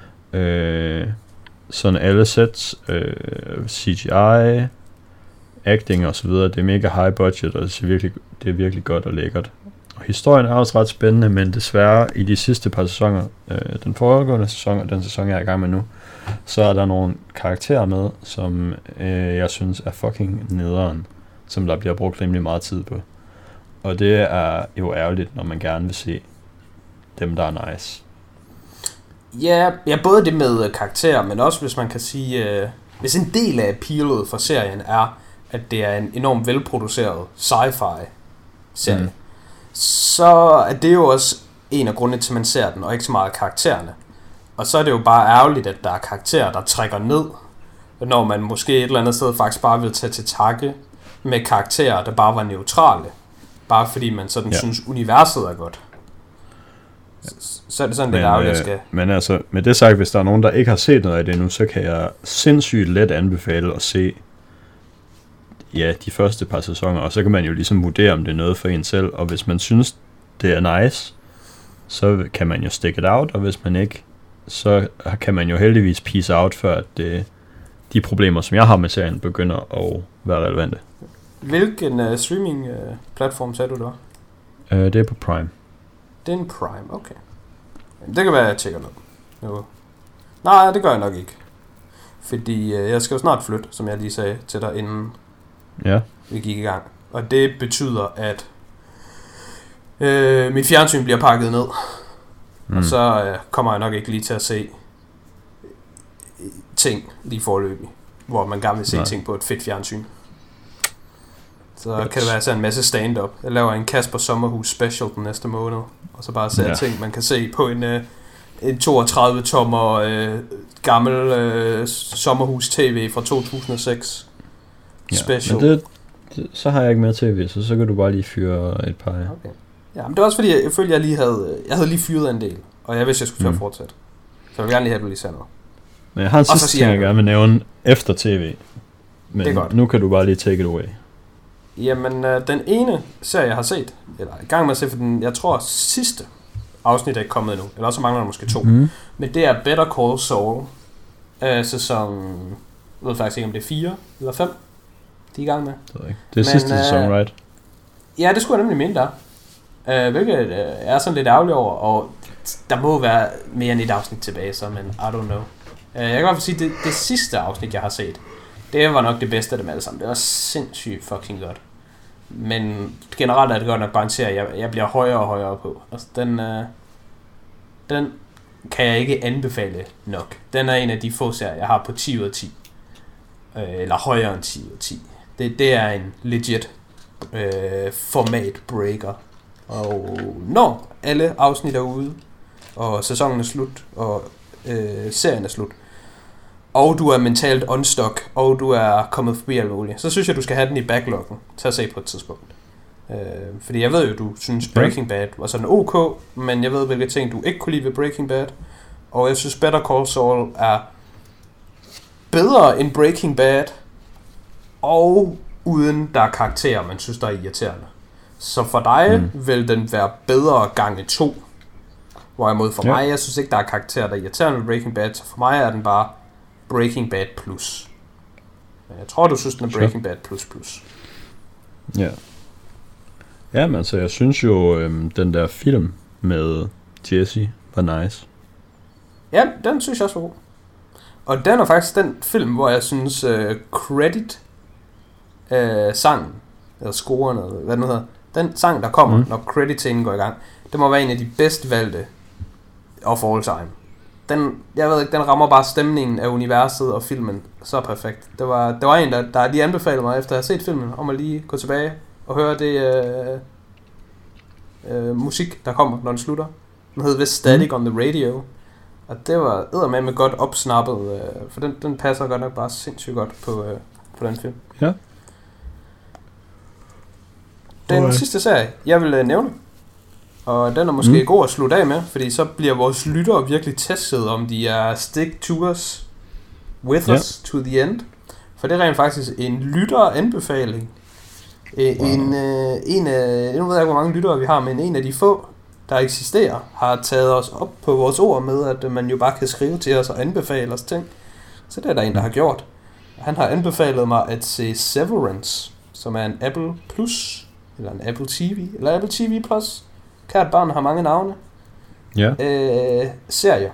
[SPEAKER 1] Sådan alle sets, CGI, acting og så videre. Det er mega high budget, og det er virkelig godt og lækkert. Og historien er også ret spændende, men desværre i de sidste par sæsoner, den foregående sæson og den sæson, jeg er i gang med nu, så er der nogle karakterer med, som jeg synes er fucking nederen, som der bliver brugt rimelig meget tid på. Og det er jo ærgerligt, når man gerne vil se dem, der er nice.
[SPEAKER 2] Ja, både det med karakterer, men også hvis man kan sige, hvis en del af appealet for serien er, at det er en enormt velproduceret sci-fi serie, så er det jo også en af grundene til, at man ser den, og ikke så meget karaktererne. Og så er det jo bare ærgerligt, at der er karakterer, der trækker ned, når man måske et eller andet sted faktisk bare vil tage til takke med karakterer, der bare var neutrale, bare fordi man sådan synes, universet er godt. Så er det sådan lidt ærgerligt, jeg skal...
[SPEAKER 1] Men altså, med det sagt, hvis der er nogen, der ikke har set noget af det nu, så kan jeg sindssygt let anbefale at se de første par sæsoner, og så kan man jo ligesom vurdere, om det er noget for en selv, og hvis man synes, det er nice, så kan man jo stick it out, og hvis man ikke, så kan man jo heldigvis peace out, før at de problemer, som jeg har med serien, begynder at være relevante.
[SPEAKER 2] Hvilken streaming-platform sagde du der?
[SPEAKER 1] Det er på Prime.
[SPEAKER 2] Det er en Prime, okay. Det kan være, at jeg tjekker noget. Nej, det gør jeg nok ikke. Fordi jeg skal jo snart flytte, som jeg lige sagde til dig, inden vi gik i gang. Og det betyder, at mit fjernsyn bliver pakket ned. Og så kommer jeg nok ikke lige til at se ting lige forløbig, hvor man gerne vil se ting på et fedt fjernsyn. Så kan det være sådan en masse stand-up. Jeg laver en Kasper Sommerhus special den næste måned, og så bare se ting, man kan se på en 32-tommer gammel sommerhus tv fra 2006 special.
[SPEAKER 1] Men så har jeg ikke mere tv, så kan du bare lige fyre et par.
[SPEAKER 2] Okay. Ja, men det var også fordi, jeg følte, jeg havde lige fyret en del, og jeg vidste, jeg skulle til at fortsætte. Så jeg vil gerne lige have, at du lige sagde noget.
[SPEAKER 1] Men jeg har en sidste ting, jeg gerne vil nævne efter tv. Men det er godt. Nu kan du bare lige take it away.
[SPEAKER 2] Jamen, den ene serie, jeg har set, eller i gang med at se, for den, jeg tror, sidste afsnit er ikke kommet endnu, eller også mangler der måske 2. Men det er Better Call Saul, sæson, jeg ved faktisk ikke, om det er 4 eller 5, de er i gang med.
[SPEAKER 1] Det er sidste sæson, right? Ja,
[SPEAKER 2] det skulle jeg nemlig mene der. Hvilket er sådan lidt ærgerlig over, og der må være mere end et afsnit tilbage, så, men I don't know. Jeg kan i hvert fald sige, det sidste afsnit, jeg har set, det var nok det bedste af dem alle sammen. Det var sindssygt fucking godt. Men generelt er det godt nok bare en serie, jeg bliver højere og højere på. Altså, den kan jeg ikke anbefale nok. Den er en af de få serier, jeg har på 10 ud af 10. Eller højere end 10 ud af 10. Det er en legit format breaker. Og når alle afsnit er ude, og sæsonen er slut, og serien er slut, og du er mentalt unstuck, og du er kommet forbi alt muligt, så synes jeg, du skal have den i backloggen til at se på et tidspunkt. Fordi jeg ved jo, du synes Breaking Bad var sådan ok, men jeg ved, hvilke ting du ikke kunne lide ved Breaking Bad, og jeg synes Better Call Saul er bedre end Breaking Bad, og uden der er karakterer, man synes, der er irriterende. Så for dig vil den være bedre gange 2, hvorimod for mig, jeg synes ikke, der er karakterer, der er irriterende ved Breaking Bad, så for mig er den bare Breaking Bad plus. Jeg tror, du synes, den er Breaking Bad plus.
[SPEAKER 1] Ja. Ja, men altså, jeg synes jo, den der film med Jesse var nice.
[SPEAKER 2] Ja, den synes jeg også var god. Og den er faktisk den film, hvor jeg synes credit sangen, eller scoren, eller hvad den hedder, den sang, der kommer, når credit-scenen går i gang, det må være en af de bedst valgte of all time. Jeg ved ikke, den rammer bare stemningen af universet og filmen så perfekt. Det var en, der lige anbefalede mig, efter at have set filmen, om at lige gå tilbage og høre det musik, der kommer, når den slutter. Den hed vist Static on the Radio. Og det var eddermame godt opsnappet, for den passer godt nok bare sindssygt godt på den film.
[SPEAKER 1] Ja.
[SPEAKER 2] Den sidste serie, jeg vil nævne, og den er måske god at slutte af med, fordi så bliver vores lyttere virkelig testet, om de er stick to us, with us to the end. For det er rent faktisk en lytteranbefaling. Nu ved jeg ikke, hvor mange lyttere vi har, men en af de få, der eksisterer, har taget os op på vores ord med, at man jo bare kan skrive til os og anbefale os ting. Så det er der en, der har gjort. Han har anbefalet mig at se Severance, som er en Apple Plus, eller en Apple TV, eller Apple TV Plus. Kært barn har mange navne.
[SPEAKER 1] Ja.
[SPEAKER 2] Serie.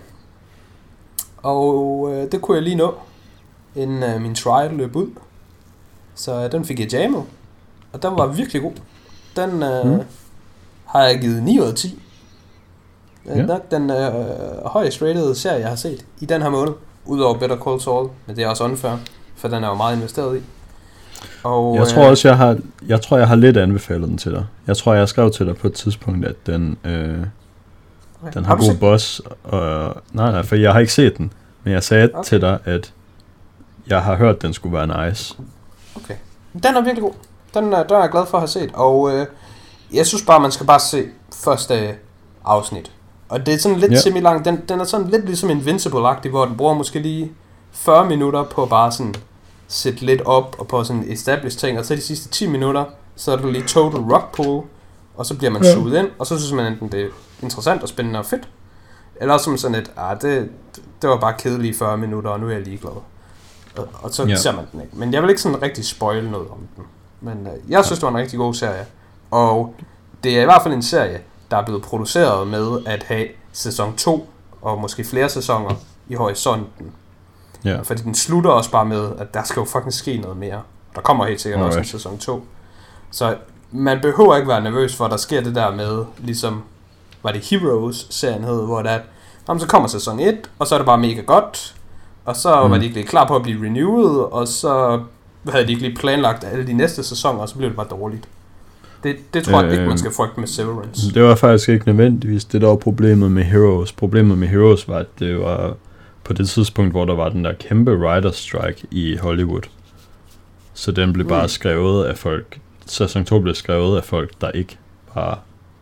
[SPEAKER 2] Og det kunne jeg lige nå, inden min trial løb ud. Så den fik jeg jammet. Og den var virkelig god. Den har jeg givet 9 ud af 10. Det er nok den højest rated serie, jeg har set i den her måned. Udover Better Call Saul, men det er også unfair, for den er jo meget investeret i. Og,
[SPEAKER 1] jeg tror også, jeg har lidt anbefalet den til dig. Jeg tror, jeg skrev til dig på et tidspunkt, at den har god boss. Og, nej, for jeg har ikke set den. Men jeg sagde til dig, at jeg har hørt, at den skulle være nice.
[SPEAKER 2] Okay. Den er virkelig god. Den er jeg glad for at have set. Og jeg synes bare, man skal bare se første afsnit. Og det er sådan lidt semi-lang. Den er sådan lidt ligesom Invincible-agtig, hvor den bruger måske lige 40 minutter på bare sådan sætte lidt op og på sådan establish ting, og så de sidste 10 minutter, så er du lige total rock pool, og så bliver man suget ind, og så synes man enten det er interessant og spændende og fedt, eller som sådan et, det var bare kedelige 40 minutter, og nu er jeg ligeglad. Og så ser man den ikke. Men jeg vil ikke sådan rigtig spoil noget om den. Men jeg synes, det var en rigtig god serie. Og det er i hvert fald en serie, der er blevet produceret med at have sæson 2, og måske flere sæsoner i horisonten. Ja. Fordi den slutter også bare med, at der skal jo fucking ske noget mere. Der kommer helt sikkert også en sæson 2. Så man behøver ikke være nervøs for, at der sker det der med, ligesom, var det Heroes-serien hed, hvor det er, så kommer sæson 1, og så er det bare mega godt, og så var de ikke lige klar på at blive renewed, og så havde de ikke lige planlagt alle de næste sæsoner, og så blev det bare dårligt. Det tror jeg ikke, man skal frygte med Severance.
[SPEAKER 1] Det var faktisk ikke nødvendigvis det, der var problemet med Heroes. Problemet med Heroes var, at det var på det tidspunkt, hvor der var den der kæmpe writer's strike i Hollywood. Så den blev bare skrevet af folk. Sæson 2 blev skrevet af folk, der ikke var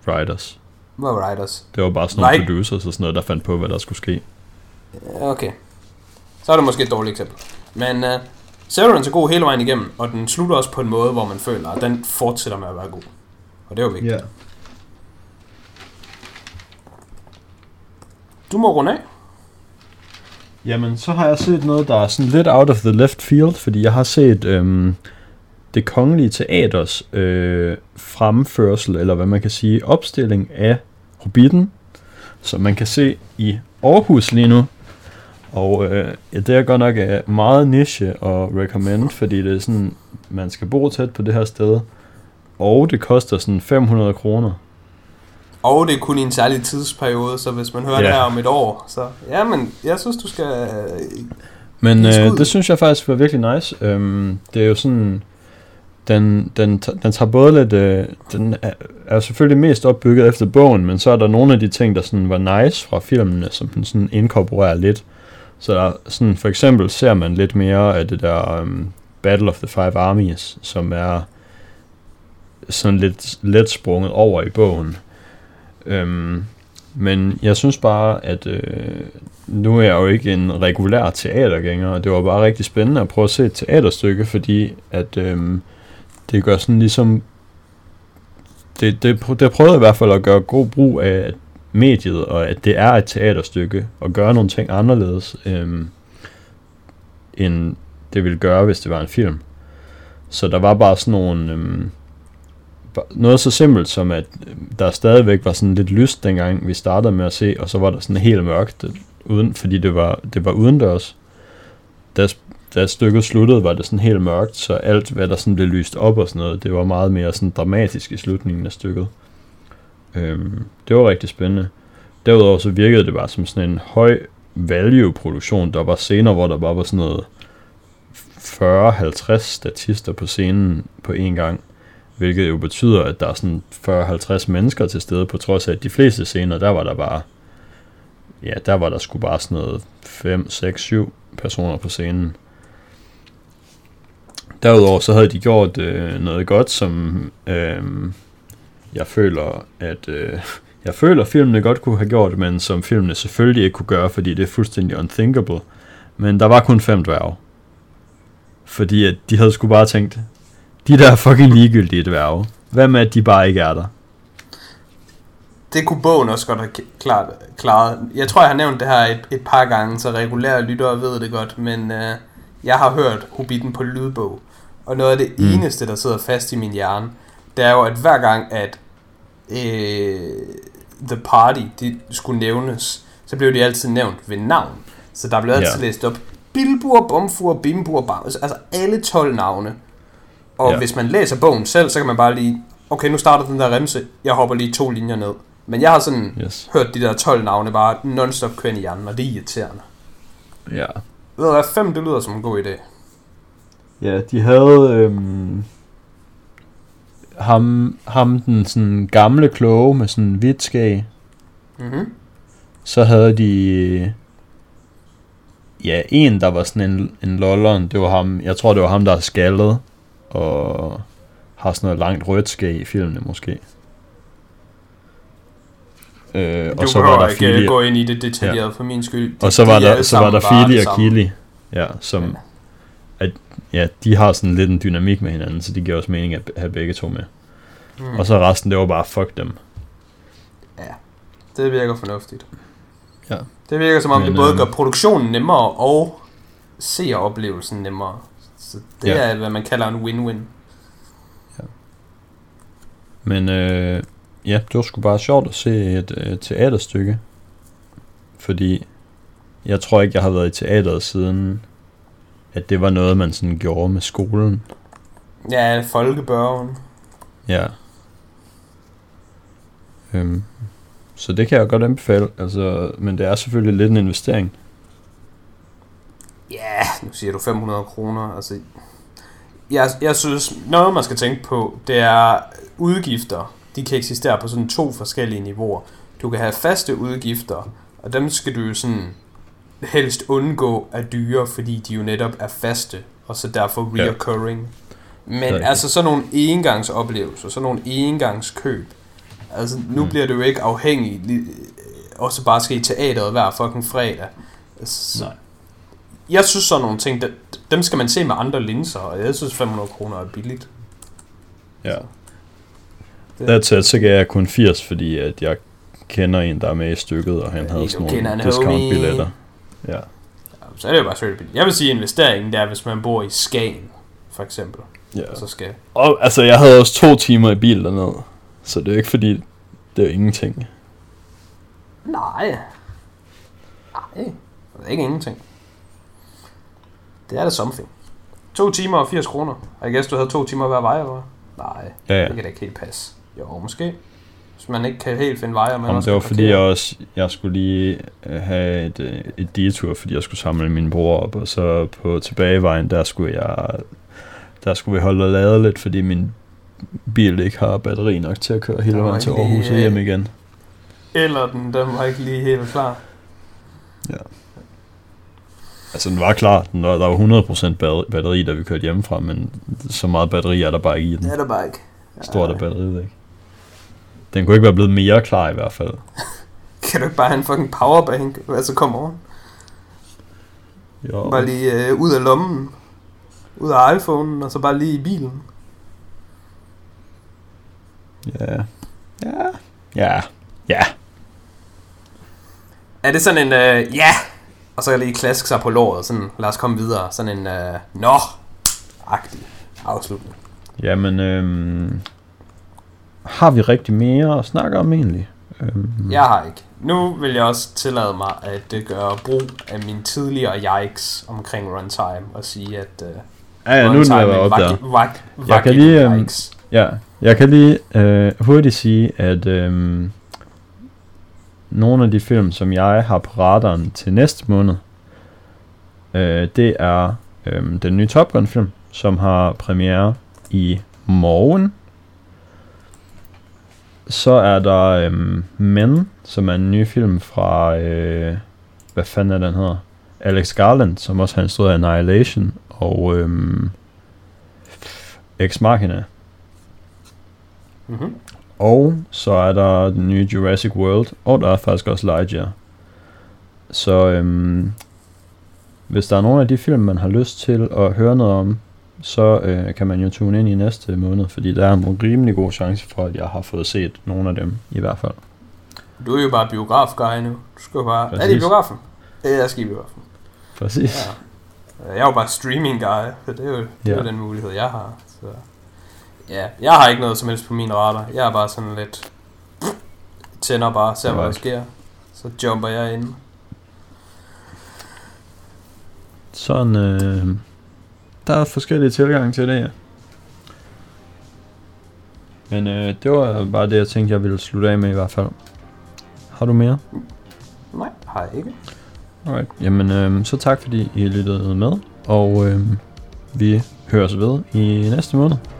[SPEAKER 1] writers.
[SPEAKER 2] Hvad var writers?
[SPEAKER 1] Det var bare sådan nogle producers og sådan noget, der fandt på, hvad der skulle ske.
[SPEAKER 2] Okay. Så er det måske et dårligt eksempel. Men Severance er god hele vejen igennem, og den slutter også på en måde, hvor man føler, at den fortsætter med at være god. Og det er jo vigtigt.
[SPEAKER 1] Yeah.
[SPEAKER 2] Du må runde af.
[SPEAKER 1] Jamen, så har jeg set noget, der er sådan lidt out of the left field, fordi jeg har set Det Kongelige Teaters fremførsel, eller hvad man kan sige, opstilling af Hobbiten, som man kan se i Aarhus lige nu. Og det er godt nok meget niche og recommend, fordi det er sådan, man skal bo tæt på det her sted, og det koster sådan 500 kroner.
[SPEAKER 2] Og det er kun i en særlig tidsperiode, så hvis man hører det her om et år, så ja, men jeg synes, du skal...
[SPEAKER 1] Men det synes jeg faktisk var virkelig nice. Det er jo sådan... Den tager både lidt... den er selvfølgelig mest opbygget efter bogen, men så er der nogle af de ting, der sådan var nice fra filmene, som den sådan inkorporerer lidt. Så der sådan, for eksempel ser man lidt mere af det der Battle of the Five Armies, som er sådan lidt let sprunget over i bogen. Men jeg synes bare, at nu er jeg jo ikke en regulær teatergænger, og det var bare rigtig spændende at prøve at se et teaterstykke, fordi at det gør sådan ligesom... Det prøvede i hvert fald at gøre god brug af mediet, og at det er et teaterstykke, og gøre nogle ting anderledes, end det ville gøre, hvis det var en film. Så der var bare sådan nogle... noget så simpelt som, at der stadigvæk var sådan lidt lyst, dengang vi startede med at se, og så var der sådan helt mørkt, fordi det var udendørs. Da stykket sluttede, var det sådan helt mørkt, så alt, hvad der sådan blev lyst op og sådan noget, det var meget mere sådan dramatisk i slutningen af stykket. Det var rigtig spændende. Derudover så virkede det bare som sådan en høj value-produktion. Der var scener, hvor der bare var sådan noget 40-50 statister på scenen på én gang, hvilket jo betyder, at der er sådan 40-50 mennesker til stede, på trods af, at de fleste scener, der var der sgu bare sådan noget 5, 6, 7 personer på scenen. Derudover så havde de gjort noget godt, som jeg føler filmene godt kunne have gjort, men som filmene selvfølgelig ikke kunne gøre, fordi det er fuldstændig unthinkable. Men der var kun 5 dværge. Fordi at de havde sgu bare tænkt, de der fucking ligegyldige dværge, hvad med at de bare ikke er der?
[SPEAKER 2] Det kunne bogen også godt have klaret. Jeg tror, jeg har nævnt det her et par gange, så regulære lyttere ved det godt, men jeg har hørt Hobbiten på lydbog. Og noget af det eneste, der sidder fast i min hjerne, det er jo, at hver gang, at The Party, de skulle nævnes, så blev de altid nævnt ved navn. Så der blev altid læst op, Bilbur, Bomfur, Bimbur, Bam, altså alle 12 navne. Og hvis man læser bogen selv, så kan man bare lige, okay, nu starter den der remse, jeg hopper lige 2 linjer ned. Men jeg har sådan hørt de der 12 navne bare non-stop køre i hjernen, og det er irriterende.
[SPEAKER 1] Ja.
[SPEAKER 2] Ved du hvad, 5, det lyder som en god idé.
[SPEAKER 1] Ja, de havde ham den sådan gamle kloge med sådan hvidt skæg.
[SPEAKER 2] Mhm.
[SPEAKER 1] Så havde de en, der var sådan en lolleren. Det var ham. Jeg tror, det var ham, der er skaldet og har sådan noget langt rødt skæg i filmene måske. Og så var der
[SPEAKER 2] ikke Fili, gå ind i det detaljeret for min skyld.
[SPEAKER 1] Og så var der Fili og Kili, som de har sådan lidt en dynamik med hinanden, så det giver også mening at have begge to med. Og så resten, det var bare fuck dem.
[SPEAKER 2] Ja, det virker fornuftigt.
[SPEAKER 1] Ja.
[SPEAKER 2] Det virker som om det både gør produktionen nemmere og seeroplevelsen nemmere. Så det er hvad man kalder en win-win.
[SPEAKER 1] Ja. Men det var sgu bare sjovt at se et teaterstykke. Fordi jeg tror ikke, jeg har været i teateret siden, at det var noget, man sådan gjorde med skolen.
[SPEAKER 2] Ja, folkebørgen.
[SPEAKER 1] Ja. Så det kan jeg godt anbefale, altså, men det er selvfølgelig lidt en investering.
[SPEAKER 2] Ja, nu siger du 500 kroner, altså... Jeg synes, noget man skal tænke på, det er udgifter. De kan eksistere på sådan 2 forskellige niveauer. Du kan have faste udgifter, og dem skal du sådan helst undgå at dyre, fordi de jo netop er faste, og så derfor reoccurring. Men altså sådan nogle engangsoplevelser, sådan nogle engangskøb, Altså, nu bliver du jo ikke afhængig, og så bare skal i teateret hver fucking fredag. Altså,
[SPEAKER 1] nej.
[SPEAKER 2] Jeg synes sådan nogle ting, dem skal man se med andre linser, og jeg synes 500 kroner er billigt.
[SPEAKER 1] Ja. That's it, så gav jeg kun 80, fordi at jeg kender en, der er med i stykket, og han havde sådan nogle discount-billetter. Ja.
[SPEAKER 2] Så er det jo bare sødt billigt. Jeg vil sige, investeringen der, hvis man bor i Skagen, for eksempel.
[SPEAKER 1] Ja.
[SPEAKER 2] Så skal...
[SPEAKER 1] Og altså, jeg havde også 2 timer i bil dernede, så det er jo ikke fordi, det er jo ingenting.
[SPEAKER 2] Nej, det er ikke ingenting. Det er da something. 2 timer og 80 kroner. Jeg gæst, du havde 2 timer hver vej, eller? Nej,
[SPEAKER 1] ja.
[SPEAKER 2] Det kan da ikke helt passe. Jo, måske. Hvis man ikke kan helt finde veje.
[SPEAKER 1] Men det var fordi, jeg skulle lige have et detur, fordi jeg skulle samle min bror op, og så på tilbagevejen, der skulle vi holde og lade lidt, fordi min bil ikke har batteri nok til at køre hele vejen til Aarhus og hjem igen.
[SPEAKER 2] Eller den var ikke lige helt klar.
[SPEAKER 1] Ja. Altså, den var klar. Der var 100% batteri, da vi kørte hjemmefra, men så meget batteri er der bare ikke i den.
[SPEAKER 2] Det er der bare ikke.
[SPEAKER 1] Stort er batteriet, ikke? Den kunne ikke være blevet mere klar i hvert fald.
[SPEAKER 2] Kan du ikke bare have en fucking powerbank? Altså, kom over.
[SPEAKER 1] Jo.
[SPEAKER 2] Bare lige ud af lommen. Ud af iPhone'en, og så bare lige i bilen.
[SPEAKER 1] Ja.
[SPEAKER 2] Er det sådan en, og så lige klaske sig på låret, sådan, lad os komme videre, sådan en, agtig afslutning.
[SPEAKER 1] Jamen, har vi rigtig mere at snakke om egentlig?
[SPEAKER 2] Jeg har ikke. Nu vil jeg også tillade mig at gøre brug af min tidligere yikes omkring runtime, og sige, at
[SPEAKER 1] nu er jeg oppe der. Jeg kan lige hurtigt sige, at nogle af de film, som jeg har på radaren til næste måned, det er den nye Top Gun film, som har premiere i morgen. Så er der Men, som er en ny film fra, hvad fanden er den hedder? Alex Garland, som også har instrueret Annihilation, og Ex Machina.
[SPEAKER 2] Mm-hmm.
[SPEAKER 1] Og så er der den nye Jurassic World, og der er faktisk også Lightyear. Så hvis der er nogle af de film, man har lyst til at høre noget om, så kan man jo tune ind i næste måned, fordi der er en rimelig god chance for, at jeg har fået set nogle af dem i hvert fald.
[SPEAKER 2] Du er jo bare biograf-guy nu. Du skal bare... Præcis. Er det i biografen? Jeg skal i biografen.
[SPEAKER 1] Præcis.
[SPEAKER 2] Ja. Jeg er jo bare streaming-guy, så det er jo den mulighed, jeg har. Så. Ja, jeg har ikke noget som helst på min radar. Jeg er bare sådan lidt... Tænder bare, ser hvad der sker. Så jumper jeg ind.
[SPEAKER 1] Sådan, der er forskellige tilgange til det, ja. Men det var bare det, jeg tænkte, jeg ville slutte af med i hvert fald. Har du mere?
[SPEAKER 2] Nej, har jeg ikke.
[SPEAKER 1] Alright, jamen så tak fordi I lyttede med, og vi høres ved i næste måned.